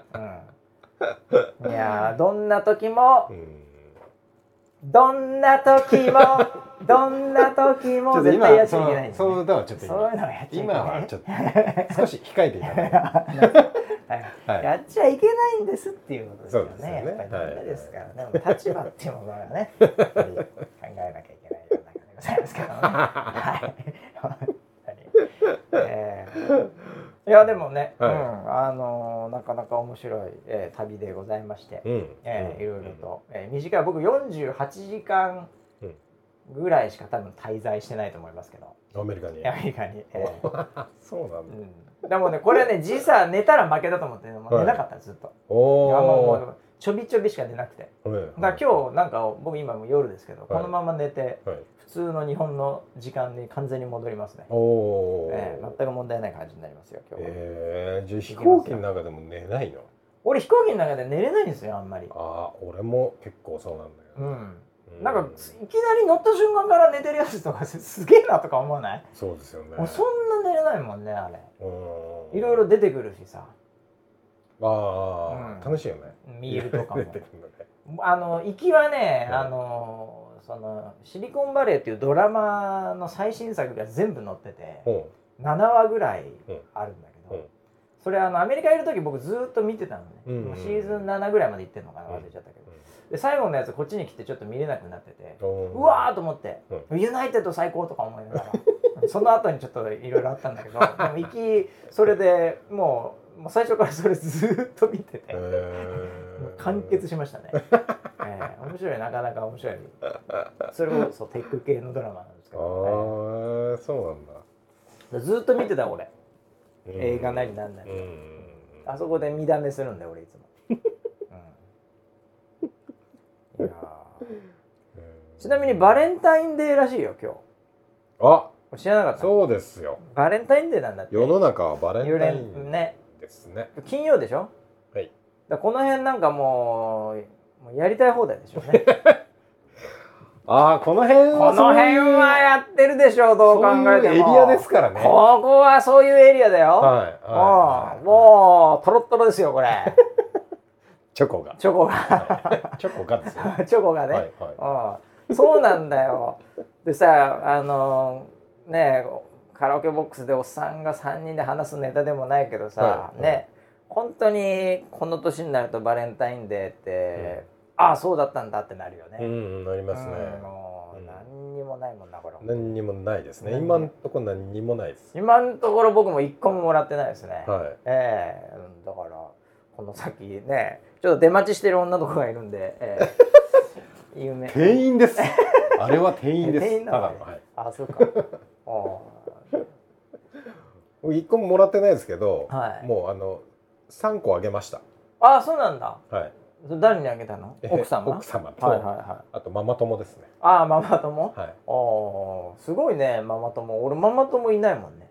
うん、いやどんな時も、うんどんな時もどんな時も絶対やっちゃいけないんです、ね、 そういうのはちょっとそういうのはやっちゃいけない今はちょっと少し控えていただいて、 はい、やっちゃいけないんですっていうことですよね。そうですよねやっぱりダメですからね、はい、立場っていうものがねやっぱり考えなきゃいけないような中でございますけどねはいえーいやでもね、はいうん、あのー、なかなか面白い、えー、旅でございまして、うんえー、いろいろと、えー、短い僕よんじゅうはちじかんぐらいしか多分滞在してないと思いますけどアメリカにアメリカに、えー、そうなんだ、 うん、でもねこれね時差寝たら負けだと思ってもう寝なかった、はい、ずっとおもうちょびちょびしか出なくて、はい、だから今日なんか僕今も夜ですけど、はい、このまま寝て、はい普通の日本の時間に完全に戻りますね。お、えー、全く問題ない感じになりますよ今日は。えー、じゃあ飛行機の中でも寝ないの？ 俺飛行機の中で寝れないんですよあんまり。 ああ俺も結構そうなんだよ、ね。 うん。なんかいきなり乗った瞬間から寝てるやつとかすげえなとか思わない？ そうですよね。 もうそんな寝れないもんねあれ。いろいろ出てくるしさ。 ああ、うん、楽しいよね。 ミールとかも。あの行きはね、うん、あの。そのシリコンバレーっていうドラマの最新作が全部載ってて、うん、ななわぐらいあるんだけど、うん、それあのアメリカいる時僕ずっと見てたのね、うんうん、シーズンななぐらいまで行ってるのかな忘れちゃったけど、うん、で最後のやつこっちに来てちょっと見れなくなってて、うん、うわーと思って、うん、ユナイテッド最高とか思いながらその後にちょっといろいろあったんだけどでも行きそれでもう、もう最初からそれずっと見てて、もう完結しましたねえー、面白いなかなか面白いそれこそテック系のドラマなんですけど、 ね、ああそうなんだずっと見てた俺映画なりなんなり、うん、あそこで見だめするんだよ俺いつも、うん、いやちなみにバレンタインデーらしいよ今日。 あ知らなかった？ そうですよバレンタインデーなんだって。 世の中はバレンタインですね。 金曜でしょ。はいだこの辺なんかもうもうやりたい放題でしょうねああこの辺はこの辺はやってるでしょうどう考えても。 そういうエリアですからね。 ここはそういうエリアだよ。はい、はい、もうトロットロですよこれチョコがチョコが、 はい、チョコがですよチョコがね、はいはい、そうなんだよ。でさあのねカラオケボックスでおっさんがさんにんで話すネタでもないけどさ、はいはい、ね本当にこの年になるとバレンタインデーって、 ああそうだったんだってなるよね。 うん、なりますね。 もう何にもないもんなこれ。 何にもないですね。今のところ何にもないです。 今のところ僕も一個ももらってないですね。 はい。 ええー、だからこの先ね、ちょっと出待ちしてる女の子がいるんで、えー、有名。 店員です。あれは店員です。 店員なの、ね。はい、あ、そうか。あ一個ももらってないですけど、 はい、 もうあの三個あげました。 あ、そうなんだ。 はい。 誰にあげたの？奥様？ 奥様と、 はいはいはい、 あとママ友ですね。 ああ、ママ友？ はい。 ああ、すごいね、ママ友。俺ママ友いないもんね。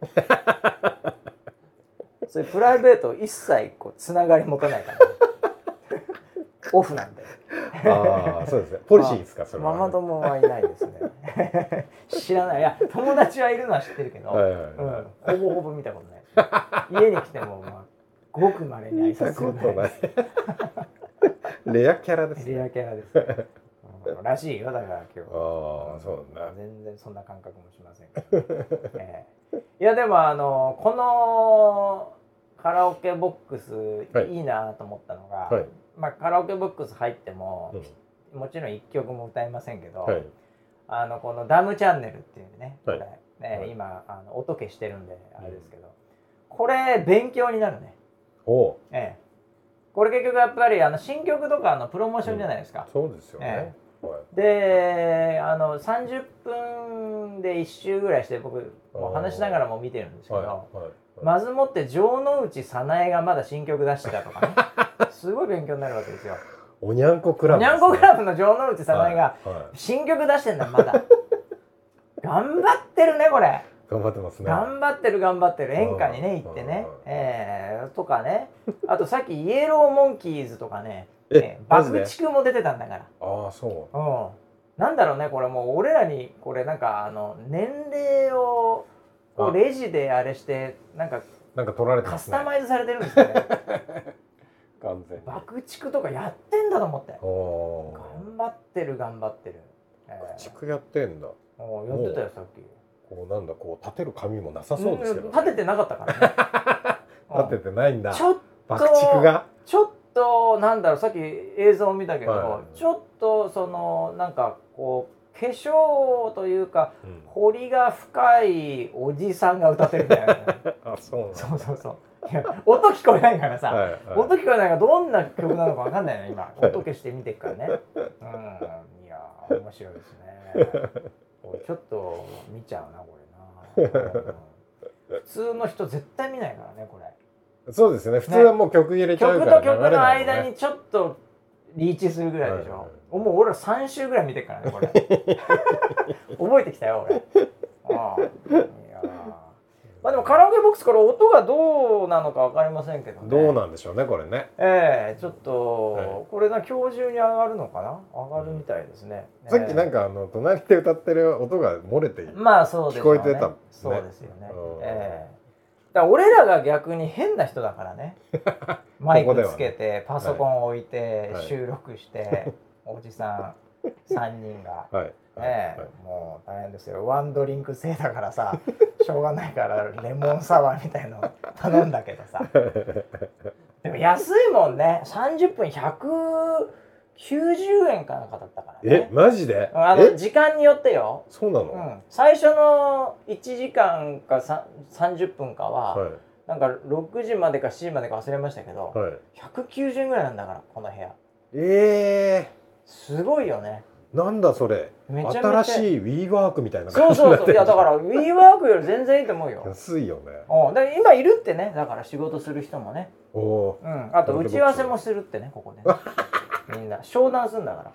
それプライベート一切こうつながり持たないから、ね、オフなんで。 ああ、そうですね。ポリシーですか、それは、 ね。ママ友はいないですね。知らない。いや、友達はいるのは知ってるけど、はいはいはい、うん、ほぼほぼ見たことない。家に来てもまあごくまれに挨拶するぐらいです。 レアキャラですね。 レアキャラです、うん、らしいよだから今日。 ああ、そうだね。 全然そんな感覚もしませんけど、えー、いやでもあのこのカラオケボックスいいなと思ったのが、はい、まあカラオケボックス入っても、うん、もちろんいっきょくも歌えませんけど、はい、あのこのダムチャンネルっていうね、これ、はいね、はい、今あの音消してるんであれですけど、うん、これ勉強になるね。 お、 ええ、これ結局やっぱりあの新曲とかのプロモーションじゃないですか。 うん、そうですよね。ええはい、であのさんじゅっぷんでいっ周ぐらいして僕もう話しながらも見てるんですけど、はいはいはい、まずもって城之内早苗がまだ新曲出してたとかねすごい勉強になるわけですよ。 おにゃんこクラブ、 ね、おにゃんこクラブの城之内早苗が新曲出してんだまだ頑張ってるねこれ。 頑張ってますね。 頑張ってる頑張ってる。演歌にね行ってね、えー、とかね、あとさっきイエローモンキーズとかね、えー、爆竹も出てたんだから。 ああそう。 うん。なんだろうねこれもう俺らにこれなんかあの年齢をこうレジであれしてなんかなんか取られてますね。 カスタマイズされてるんですよね。 完全に。 爆竹とかやってんだと思って。 お頑張ってる頑張ってる。 爆竹やってんだ。 おやってたよさっき。 こうなんだこう立てる紙もなさそうですけど、ね、 立ててなかったからね。立ててないんだ。 ちょっと爆竹がちょっとなんだろうさっき映像を見たけど、はい、ちょっとそのなんかこう化粧というか、うん、彫りが深いおじさんが歌ってるみたいな、ね。 あ、そうなんだ。 そうそうそう。いや音聞こえないからさ、はいはい、音聞こえないからどんな曲なのかわかんないの今。音消してみてっからね。うん、いや面白いですね。ちょっと見ちゃうなこれな。普通の人絶対見ないからねこれ。 そうですね。普通はもう曲入れちゃうから、ね、 曲と曲の間にちょっとリーチするぐらいでしょ。はいはい、もう俺らさん週ぐらい見てるからねこれ。覚えてきたよ俺。ああ、いやまあでもカラオケボックスから音がどうなのか分かりませんけどね。 どうなんでしょうねこれね。 ええー、ちょっと、はい、これが今日中に上がるのかな、上がるみたいですね。 さっきなんかあの隣で歌ってる音が漏れてまあそうですよね、聞こえてたんですね。そうですよね。ええー、だから俺らが逆に変な人だからね。マイクつけて、ね、パソコン置いて、はい、収録して、はい、おじさんさんにんが。はいええ、はい、もう大変ですよ。ワンドリンク制だからさしょうがないからレモンサワーみたいの頼んだけどさでも安いもんね。さんじゅっぷんひゃくきゅうじゅうえんかなんかだったからね。 えマジで？ あの時間によってよ。 そうなの、 うん、最初のいちじかんかさんじゅっぷんかは、はい、なんかろくじまでかしちじまでか忘れましたけど、はい、ひゃくきゅうじゅうえんぐらいなんだからこの部屋。 ええー、すごいよね。 なんだそれ。めちゃめちゃ新しい WeWork みたいな感じになってる。そうそうそう。いやだから WeWork より全然いいと思うよ。 安いよね。 うん。だから今いるってね。だから仕事する人もね。おお。うん。あと打ち合わせもするってねここで、ね。みんな商談するんだから。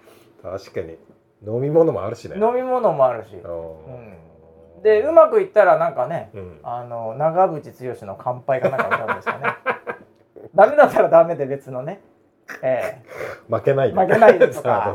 確かに飲み物もあるしね。 飲み物もあるし。うん。でうまくいったらなんかね、うん、あの長渕剛の乾杯かなんか歌うんですかね。ダメだったらダメで別のね。ええ。 負けないで。 負けないでとか。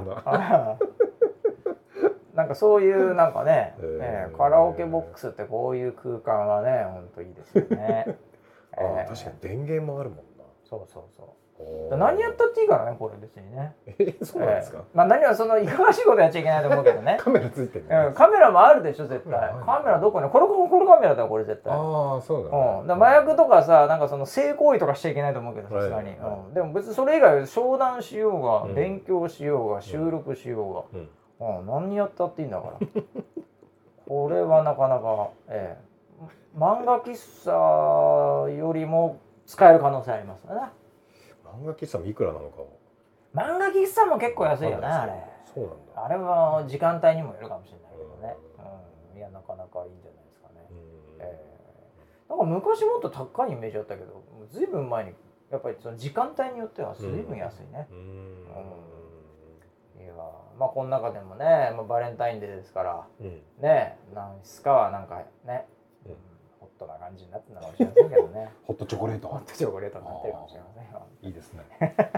なんかそういうなんかね、えーえー、カラオケボックスってこういう空間はね本当いいですよね。 あ、えー、確かに電源もあるもんな。 そうそうそ何やったっていいからねこれ別にね。 えー、そうなんですか、 えー、まあ何はそのいかがわしいことやっちゃいけないと思うけどね。 カメラついてる、 うん、カメラもあるでしょ絶対。カメラどこにこれこれカメラだよこれ絶対。 ああそうだね、うん、だ麻薬とかさなんかその性行為とかしちゃいけないと思うけどさすがに、はいはい、うん、でも別にそれ以外商談しようが、うん、勉強しようが収録しようが、うんうん、何やったっていいんだからこれはなかなか、ええ、漫画喫茶よりも使える可能性ありますね。 漫画喫茶もいくらなのか。 漫画喫茶も結構安いよねあれ。 そうなんだ。 あれは時間帯にもよるかもしれないけどね、うん、いやなかなかいいんじゃないですかね。えー、なんか昔もっと高いイメージあったけどずいぶん前にやっぱりその時間帯によってはずいぶん安いね。うん、うん、いやまあこの中でもね、まあ、バレンタインデーですから、うん、ね何すかはなんかね、うん、ホットな感じになってるのかもしれませんけどねホットチョコレートホットチョコレートになってるかもしれませんよ。 いいですね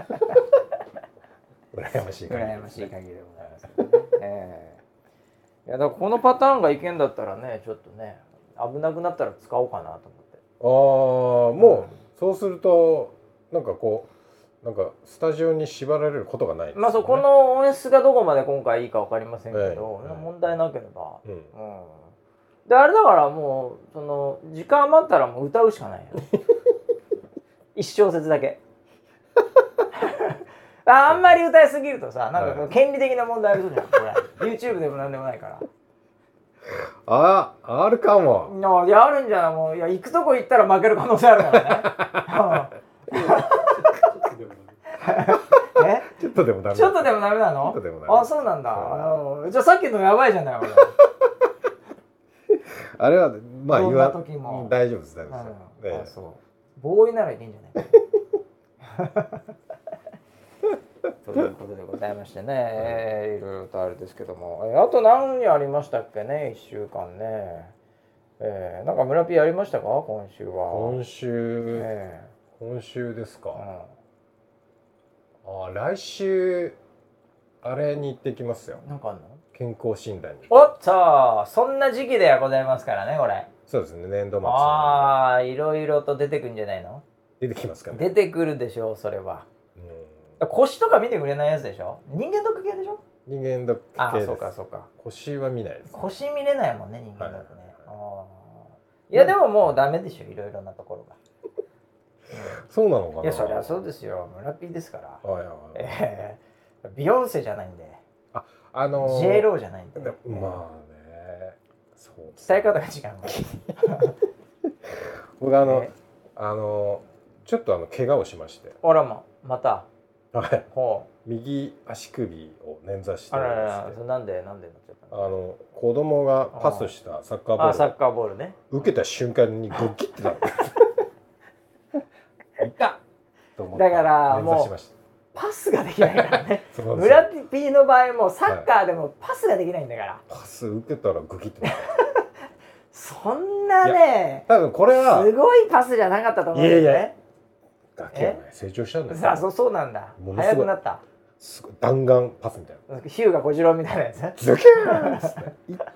羨ましい限り羨ましい限りでございますけどね、えー、いやだからこのパターンがいけんだったらねちょっとね危なくなったら使おうかなと思って。 ああもうそうするとなんかこうなんかスタジオに縛られることがないですね。 まあそうこの音質がどこまで今回いいか分かりませんけど、えー、問題なければ、うんうん、であれだからもうその時間余ったらもう歌うしかないよ一小節だけあんまり歌いすぎるとさなんか権利的な問題あるじゃんこれYouTube でもなんでもないからあああるかも。 いやあるんじゃないもういや行くとこ行ったら負ける可能性あるからねえちょっとでもダメ。 ちょっとでもダメなの？ちょっとでもダメ。あそうなんだ、うん、じゃあさっきのやばいじゃない俺あれはまあ言わ時も大丈夫です大丈夫です、 うん、あそうボーイならいいんじゃないということでございましてね、えー、いろいろとあれですけども、えー、あと何ありましたっけねいっしゅうかんね、えー、なんか村ピーやりましたか今週は。 今週、えー、今週ですか、うん、あ来週あれに行ってきますよ。 なんかあんの健康診断に。 おっとそんな時期ではございますからねこれ。 そうですね年度末。 ああいろいろと出てくるんじゃないの。 出てきますかね。 出てくるでしょうそれは。腰とか見てくれないやつでしょ。人間ドック系でしょ。 人間ドック系です。 ああそうかそうか。 腰は見ないです、ね、 腰見れないもんね人間ドックね、はい、あいやでももうダメでしょいろいろなところが、 うん、そうなのかな。 いやそりゃそうですよ村ピーですから、はいはいはいえー、ビヨンセじゃないんでああのー、 ジェイローじゃないんで、 まあねそう伝え方が違う僕あの、えー、あのちょっとあの怪我をしまして。 あらままたはい、ほう右足首を捻挫してあらららそれなんでなんでなっちゃったの。あの子供がパスしたサッカーボールあサッカーボールね受けた瞬間にゴキッてなるいただからもうパスができないからね村ピーの場合もサッカーでもパスができないんだから、はい、 パス受けたらゴキッてなるそんなね多分これはすごいパスじゃなかったと思うんですね。いやいやだけはね成長したんですよ。 あそうそうなんだ速くなった。 すごい弾丸パスみたいなヒューが小次郎みたいなやつズキューンっつって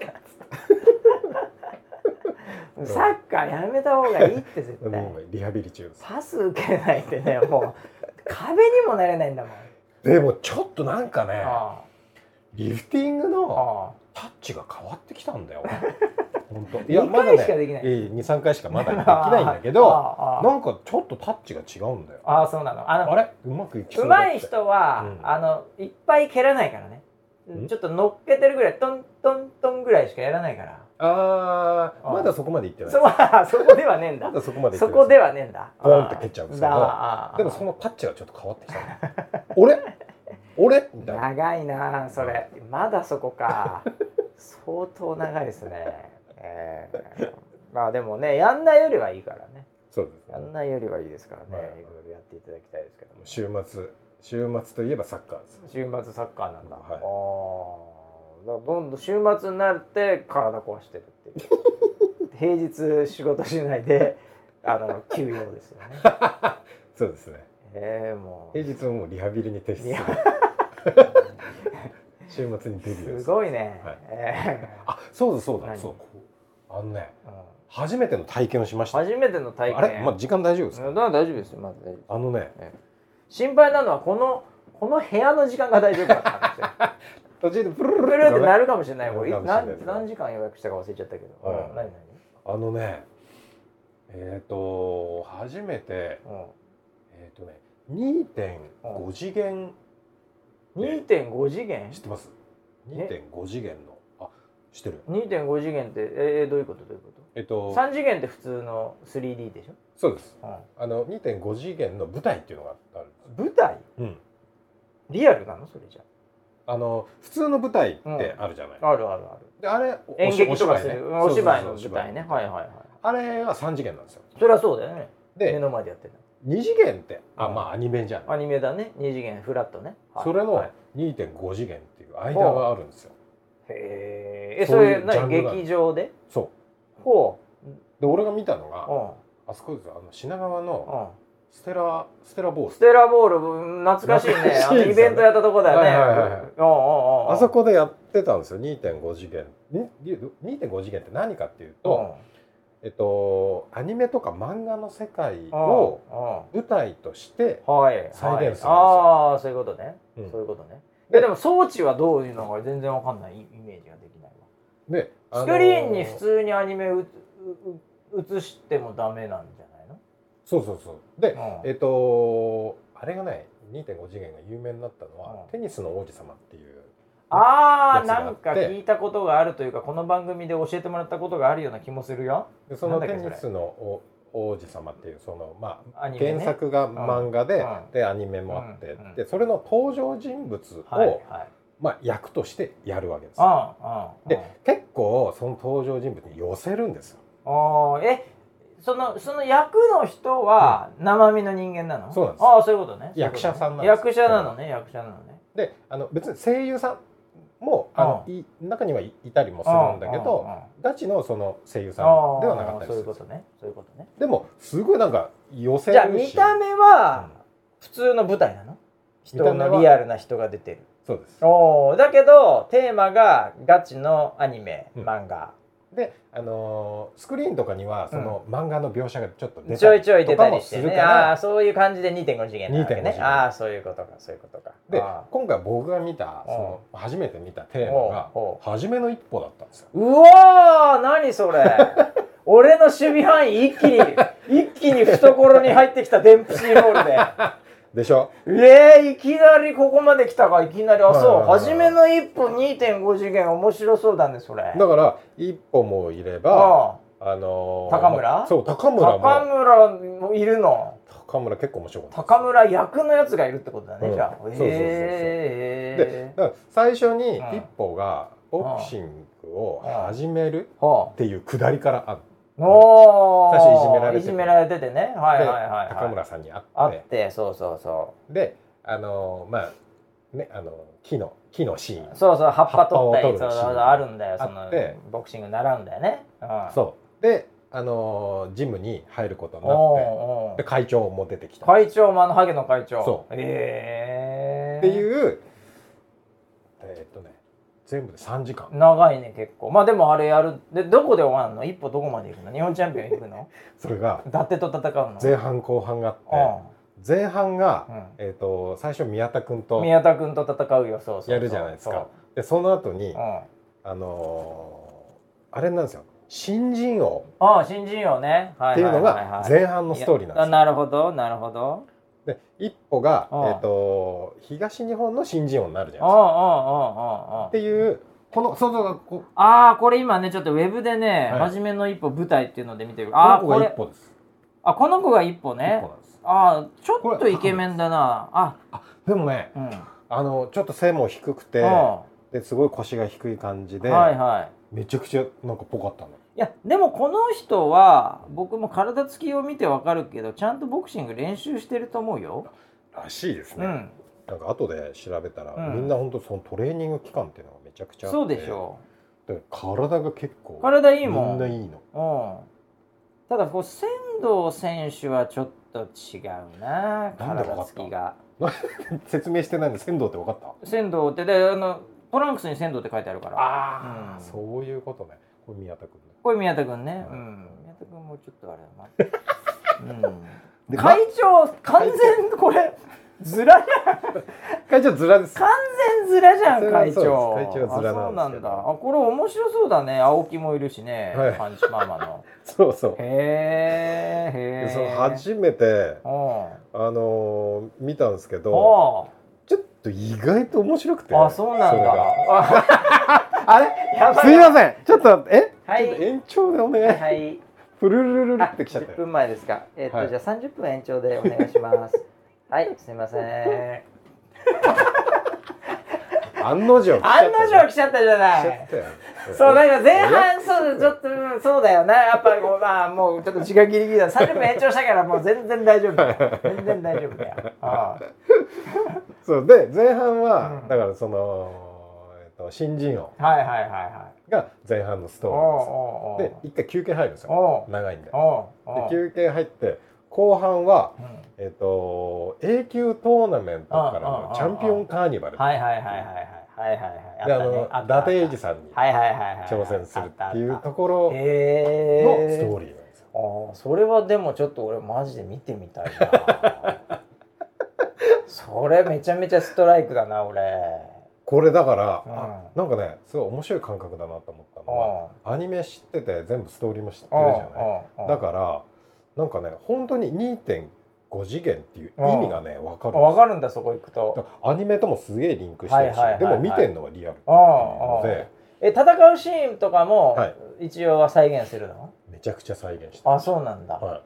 サッカーやめた方がいいって絶対リハビリ中です。 パス受けないってねもう壁にもなれないんだもん。 でもちょっとなんかねリフティングのタッチが変わってきたんだよ本当いやまだねにさんかいしかまだできないんだけどなんかちょっとタッチが違うんだよ。 ああそうなの。あのあれうまくいきそうだって。上手い人は、うん、あのいっぱい蹴らないからね。ちょっと乗っけてるぐらいトントントンぐらいしかやらないから。 ああまだそこまでいってない。 そ, そこではねえんだ。 まだそこまでそこではねえんだ。 ポンって蹴っちゃうんですけどでもそのタッチがちょっと変わってきた俺俺みたいな。 長いなそれまだそこか相当長いですね。えー、まあでもねやんないよりはいいからね。 そうです、ね、 やんないよりはいいですからね、はい、いろいろやっていただきたいですけども。 週末週末といえばサッカーです。 週末サッカーなんだ、はい、あだからどんどん週末になって体壊してるっていう平日仕事しないであの休養ですよねそうですね、 えー、もう平日ももうリハビリに徹する週末にデビューすごいね、 はいえー、あそうだそうだそうあのね、うん、初めての体験をしました。 初めての体験。 あれ、まあ、時間大丈夫ですか？ 大丈夫ですよ、まず大丈夫。 あのね、 ええ、 心配なのはこのこの部屋の時間が大丈夫かって話よ途中でプルルルルってなるかもしれない。これ何何時間予約したか忘れちゃったけど、はい、何何あのねえっ、ー、と初めて、うん、えっ、ー、とね にてんご 次元、 うん、にてんご 次元知ってます？ にてんご 次元のあ知ってる？ にてんご 次元ってえー、どういうことどういうこと？えっとさん次元って普通の スリーディー でしょ？ そうです、うん、あの にてんご 次元の舞台っていうのがあるんです。 舞台？うん。リアルなのそれじゃ？ あの普通の舞台ってあるじゃない、 うん、あるあるある。 であれ演劇とかするお芝居の舞台ね。はいはいはい。 あれはさん次元なんですよ。 それはそうだよね。で目の前でやってるに次元ってあ、うん、まあアニメじゃん。 アニメだね。に次元フラットね、 はい、それの にてんご 次元っていう間があるんですよ。 へえ。それ何劇場で？ そう。 ほう。 で俺が見たのが、うん、あそこですよ。あの品川の、うんステラステラボールステラボール懐かしいね。あのイベントやったとこだよね。 あそこでやってたんですよ。 にてんご 次元 にてんご 次元って何かっていうと、うん、えっとアニメとか漫画の世界を舞台として再現するんですよ。 ああそういうことね、うん、そういうことね。で, でも装置はどういうのか全然わかんないイメージができないわ。で、あのー、スクリーンに普通にアニメう映してもダメなんじゃないの？ そうそうそう。で、うん、えっとあれがね にてんご 次元が有名になったのは、うん、テニスの王子様っていう、ね、 ああなんか聞いたことがあるというかこの番組で教えてもらったことがあるような気もするよ。 でそのテニスの王子様っていうそのまあ、ね、原作が漫画で、うん、でアニメもあって、うん、でそれの登場人物を、はいはい、まあ、役としてやるわけです。ああで、うん、結構その登場人物に寄せるんですよ。 あえそのその役の人は生身の人間なの？うん、 そうなんです。 ああそういうことね。 役者さんなんです。役者なのね。役者なのね。 であの別に声優さんもあのい中にはいたりもするんだけどガチのその声優さんではなかったりする。 そういうことね。そういうことね。 でもすごいなんか寄せるし。じゃあ見た目は普通の舞台なの？人のリアルな人が出てる。 そうです。 おだけどテーマがガチのアニメ、うん、漫画。 で、あのー、スクリーンとかにはその漫画の描写がちょっと出たりとかもするから、ね、あそういう感じで にてんご 次元なわけね。ああそういうことかそういうことか。 で今回僕が見たその初めて見たテーマが初めの一歩だったんですよ。 うわー何それ俺の守備範囲一気に一気に懐に入ってきたデンプシーロールででしょ。 えー、いきなりここまで来たか。いきなりあそう初めの一歩 にてんご 次元面白そうだねそれ。 だから一歩もいればあ、あのー、 高村、 まあ、そう高村も高村もいるの。 高村結構面白かった。 高村役のやつがいるってことだね、うん、じゃあ。 そうそうそうそう。でだから最初に一歩がボクシングを始めるっていうくだりからある。 お最初いじめられてていじめられててね、はいはいはい、はい、 高村さんに会って会ってそうそうそうであのまあねあの木の木のシーンそうそう葉っぱ取ったりそうあるんだよ。そのボクシング習うんだよね、 うん、そうであのジムに入ることになってで会長も出てきた。 会長もあのハゲの会長そうえー、っていうえー、っとね全部でさんじかん。 長いね結構。まあでもあれやるでどこで終わるの？一歩どこまで行くの？日本チャンピオン行くの？ それが伊達と戦うの？ 前半後半があって、前半が、うん、えー、と最初宮田君と宮田君と戦うよ。そうそうやるじゃないですか。でその後に、うん、あのー、あれなんですよ新人王。 ああ新人王ね、 はい、っていうのが前半のストーリーなんですよ。 なるほどなるほど。 で一歩が、えー、と東日本の新人王になるじゃないですか。っていうこの想像がこああこれ今ねちょっとウェブでね、はい、初めの一歩舞台っていうので見てる。 あこの子が一歩です。 あこの子が一歩ね。一歩なんです。あちょっとイケメンだな。ああでもね、うん、あのちょっと背も低くてですごい腰が低い感じで、はいはい、めちゃくちゃなんかぽかったの。 いやでもこの人は僕も体つきを見てわかるけどちゃんとボクシング練習してると思うよ。 らしいですね、うん、なんか後で調べたら、うん、みんな本当そのトレーニング期間っていうのがめちゃくちゃあって。 そうでしょう。体が結構体いいもん。 みんないいの、 うん、ただこう仙道選手はちょっと違うな体つきが。 説明してないんで仙道って分かった？ 仙道ってであのトランクスに仙道って書いてあるから。 ああ、うん、そういうことね。これ宮田君ね。 これ宮田君ね、うん、宮田君もちょっとあれだな、うん、会長完全これズラじゃん会長ズラです。 完全ズラじゃん会長。 会長はズラなんですけど。 そうなんだ。あ、これ面白そうだね。青木もいるしね、はい、パンチママのそうそう。 へーへー。 そう初めてあのー、見たんですけどちょっと意外と面白くて。 あ、そうなんだ。 あれすいませんちょっとえ、 はい、 ちょっと延長でお願い。はい。プルルルルってきちゃって。 じゅっぷんまえですか。えっと、はい、じゃあさんじゅっぷん延長でお願いします。はいすいません。 案の定案の定来ちゃったじゃない。そうだから前半そうちょっとそうだよな、やっぱりこうまあもうちょっと時間ギリギリだ。さんじゅっぷん延長したからもう全然大丈夫だよ。全然大丈夫だよ。ああそうで前半は、うん、だからそのえっと新人王はいはいはいはいが前半のストーリーです。で一回休憩入るんですよ。長いんで。で休憩入って後半は、うん、えっと A 級トーナメントからのチャンピオンカーニバル。 はいはいはいはいはいはいはいはい。 であの伊達英二さんに挑戦するっていうところのストーリーなんですよ。 ああそれはでもちょっと俺マジで見てみたいな。それめちゃめちゃストライクだな俺。 これだから、うん、なんかねすごい面白い感覚だなと思ったのは、アニメ知ってて全部ストーリーも知ってるじゃない。だからなんかね本当に にてんご 次元っていう意味がね分かるんですよ。 分かるんだそこ行くと。 アニメともすげえリンクしてるし、でも見てるのはリアルっていうので。 え戦うシーンとかも一応は再現するの？ めちゃくちゃ再現してる。 あそうなんだ。はい、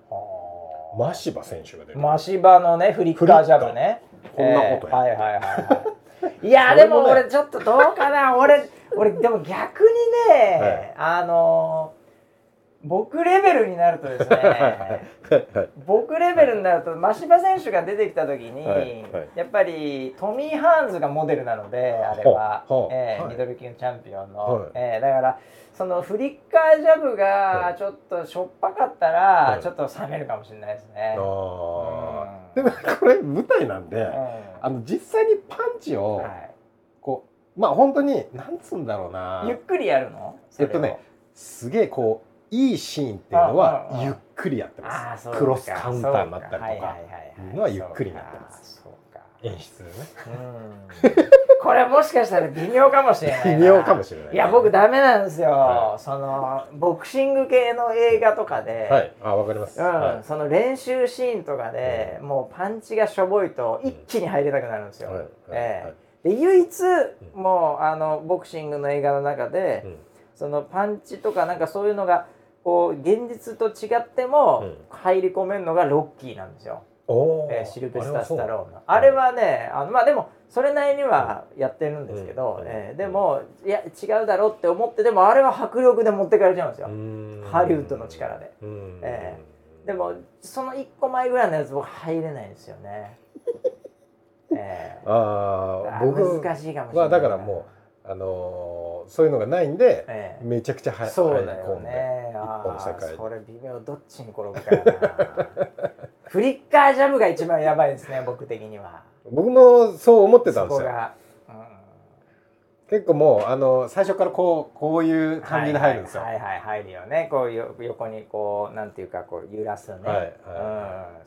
マシバ選手が出る。 マシバのねフリッカージャブね。 こんなことや。 はいはいはいはい。いやでも俺ちょっとどうかな俺俺でも逆にね、はい、あの僕レベルになるとですね僕レベルになるとマシバ選手が出てきた時に、はいはい、やっぱりトミー・ハーンズがモデルなのであれは、えーはい、ミドル級チャンピオンの、はいえー、だからそのフリッカージャブがちょっとしょっぱかったら、はい、ちょっと冷めるかもしれないですね。 あうん、でもこれ舞台なんで、うん、あの実際にパンチを、はい、こうまあ本当になんつうんだろうなゆっくりやるの？ えっとねすげえこういいシーンっていうのはゆっくりやってます。クロスカウンターになったりとかいうのはゆっくりやってます。演出ね。 これもしかしたら微妙かもしれないな。 微妙かもしれない。 いや僕ダメなんですよ。はい、そのボクシング系の映画とかで、 はい、あわかります。 うん、はい、その練習シーンとかで、うん、もうパンチがしょぼいと一気に入れたくなるんですよ。はいえー、で唯一もうあのボクシングの映画の中で、うん、そのパンチとかなんかそういうのがこう現実と違っても入り込めるのがロッキーなんですよ。えー、シルベスター・スタローンのあれはねあのまあでもそれなりにはやってるんですけど、うんえー、でもいや違うだろうって思ってでもあれは迫力で持ってかれちゃうんですよハリウッドの力で、えー、でもそのいっこまえぐらいのやつ僕入れないんですよね、えー、 ああ僕難しいかもしれない、 まあ、だからもうあのー、そういうのがないんで、ええ、めちゃくちゃ入り込んで、ね、一本の世界に。 それ微妙どっちに転ぶかやなフリッカージャブが一番やばいですね僕的には。 僕もそう思ってたんですよ。 うん、 結構もうあの最初からこうこういう感じで入るんですよ。 はいはい、はいはい、入るよね。こうよ横にこうなんていうかこう揺らすね。はいはい、うん、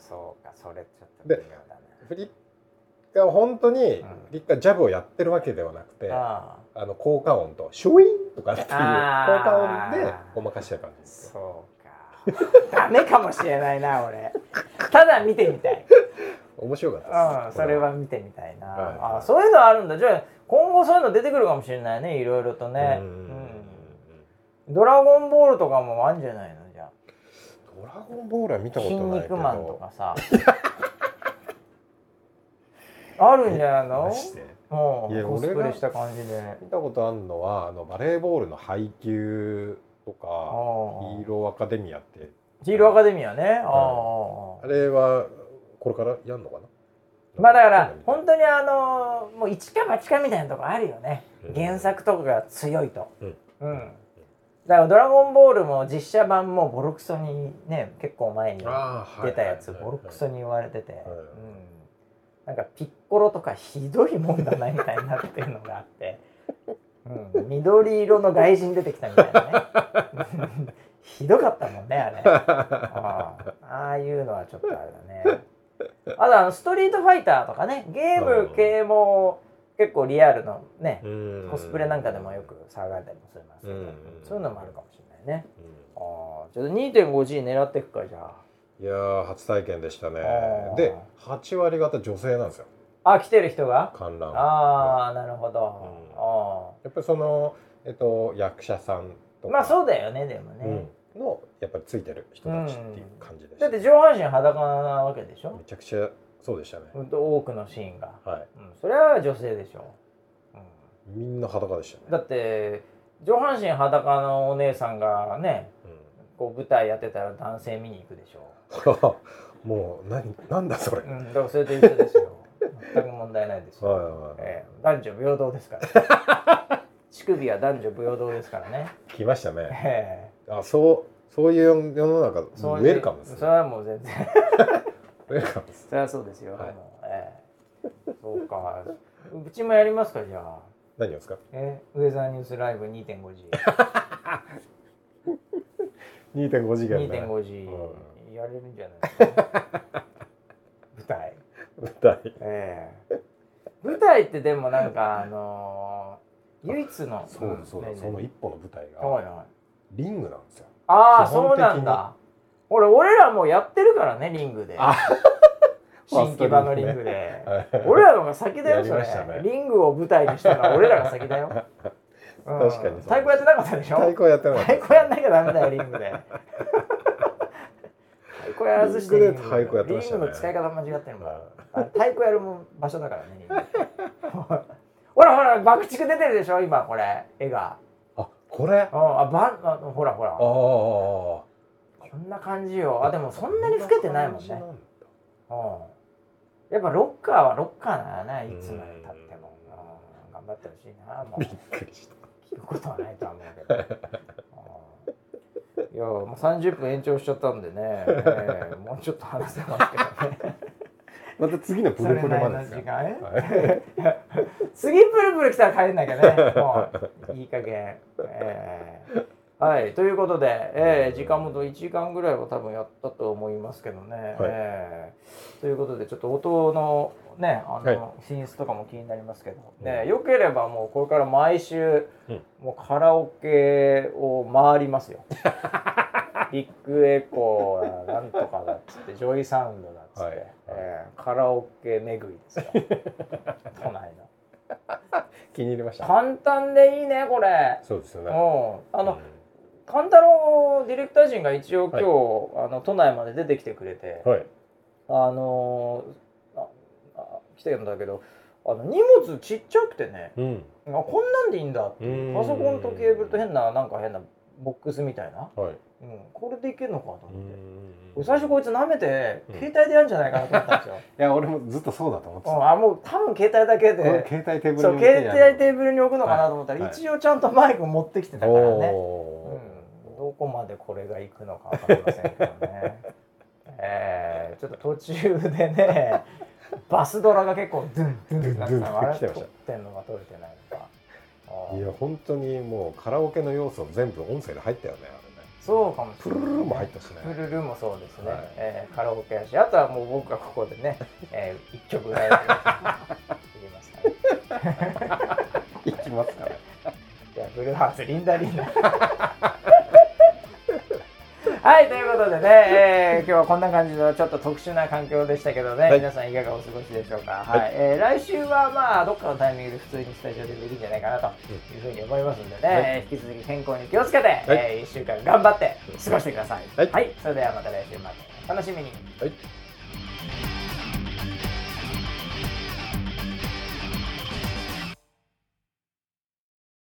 そうかそれちょっと微妙だね。 フリッカー本当にフリッカージャブをやってるわけではなくて、うん、あの効果音とシュインとかっていう効果音でごまかしてる感じです。 そうか。ダメかもしれないな俺。ただ見てみたい。 面白かったです。うん、それは見てみたいな。はい、あ、そういうのあるんだ。じゃあ今後そういうの出てくるかもしれないね。いろいろとね。うんうん、ドラゴンボールとかもあるんじゃないのじゃあ。 ドラゴンボールは見たことないけど。 筋肉マンとかさ。あるんじゃないの？うん、いやコスプレした感じで見たことあるのはあのバレーボールの配球とかヒーローアカデミアってヒーローアカデミアね、ああれはこれからやるのかな。 まあだから本当にあのもう一か八かみたいなとこあるよね、うん、原作とかが強いと、うんうん、だからドラゴンボールも実写版もボロクソにね結構前に出たやつボロクソに言われてて、なんかピッコロとかひどいもんだなみたいになってるのがあって、うん、緑色の外人出てきたみたいなねひどかったもんねあれああ、ああいうのはちょっとあれだねあとあのストリートファイターとかね、ゲーム系も結構リアルのね、コスプレなんかでもよく騒がれたりもしますけど、そういうのもあるかもしれないね。ああ、ちょっと にてんごジー 狙っていくかじゃあ。 いやー初体験でしたね。ではちわり方女性なんですよ。 あ、来てる人が観覧。 ああ、なるほど。 あやっぱりそのえっと役者さんとか。 まあそうだよね、でもね。 のやっぱりついてる人たちっていう感じでした。 だって上半身裸なわけでしょ。 めちゃくちゃそうでしたね。 多くのシーンが。 はい。 それは女性でしょ。 みんな裸でしたね。 だって上半身裸のお姉さんがね、こう舞台やってたら男性見に行くでしょ。 もう何なんだそれ。 うん、だからそれと一緒ですよ。全く問題ないですよ。男女平等ですから。乳首は男女平等ですからね。 来ましたね。あ、そうそういう世の中ウェルカムですね。 それはもう全然ウェルカムです。 それはそうですよ。そうか。うちもやりますかじゃあ。 何をですか？ え、ウェザーニュースライブ にてんごジー。 にてんごジーにてんごジー やれるんじゃないですか。舞台。 舞台。 ええ。舞台ってでもなんかあの唯一のそうそうその一歩の舞台がリングなんですよ。 ああ、そうなんだ。俺俺らもうやってるからね、リングで。新木場のリングで。俺らのが先だよそれ。リングを舞台にしたのは俺らが先だよ。 確かに。 太鼓やってなかったでしょ。 太鼓やってなかった。 太鼓やんなきゃダメだよリングで。太鼓やらずしてリングの使い方間違ってるもん。太鼓やる場所だからねリング。ほらほら爆竹出てるでしょ今これ絵が。 あ、これ？ あ、ばあ、ほらほら。ああ。こんな感じよ。あ、でもそんなに老けてないもんね。うん。やっぱロッカーはロッカーだな、いつまで経っても。頑張ってほしいな。 びっくりした。 聞くことはないとは思うけど。いや、もうさんじゅっぷん延長しちゃったんでね。もうちょっと話せますけどね。 また次のプルプルまでですか。 次プルプル来たら帰んなきゃね。もういい加減。えーはい、ということで、えー、時間もといちじかんぐらいは多分やったと思いますけどね。はい、えー、ということでちょっと音のね、あの、はい、品質とかも気になりますけど、ね、よければもうこれから毎週、うん、もうカラオケを回りますよ。ビッグエコーだなんとかだっつってジョイサウンドだっつって、はい、えー、カラオケ巡りですよ。都内の。 気に入りました。 簡単でいいねこれ。 そうですよね。 うん、あの。うん勘太郎ディレクター陣が一応今日、はい、あの都内まで出てきてくれて、はい、あのああ来てるんだけどあの荷物ちっちゃくてね、うん、あこんなんでいいんだっていうパソコンとケーブルと変ななんか変なボックスみたいな、はい、うん、これでいけるのかと思って最初こいつ舐めて、うん、携帯でやるんじゃないかなと思ったんですよ。 いや俺もずっとそうだと思ってた、 うん、あもう多分携帯だけで携帯テーブルにそう携帯テーブルに置くのかなと思ったら、はい、一応ちゃんとマイク持ってきてたからね、どこまでこれがいくのか分かりませんけどね。えー、ちょっと途中でねバスドラが結構ドゥンドゥンドゥンドゥンってあれ撮ってんのが撮れてないのか。 いや本当にもうカラオケの要素全部音声で入ったよねあれね。 そうかもしれない、ね、 プルルも入ったしね。 プルルもそうですね、はい、えー、カラオケやしあとはもう僕がここでね、えー、一曲ぐらい入れますからね。 いきますから。 いやブルーハーツリンダリンダ。はい、ということでね、えー、今日はこんな感じのちょっと特殊な環境でしたけどね、はい、皆さんいかがお過ごしでしょうか。はい、はい、えー、来週はまあどっかのタイミングで普通にスタジオでできるんじゃないかなというふうに思いますんでね、はい、引き続き健康に気をつけて、はい、えー、いっしゅうかん頑張って過ごしてください。はい、はい、それではまた来週までお楽しみに。はい。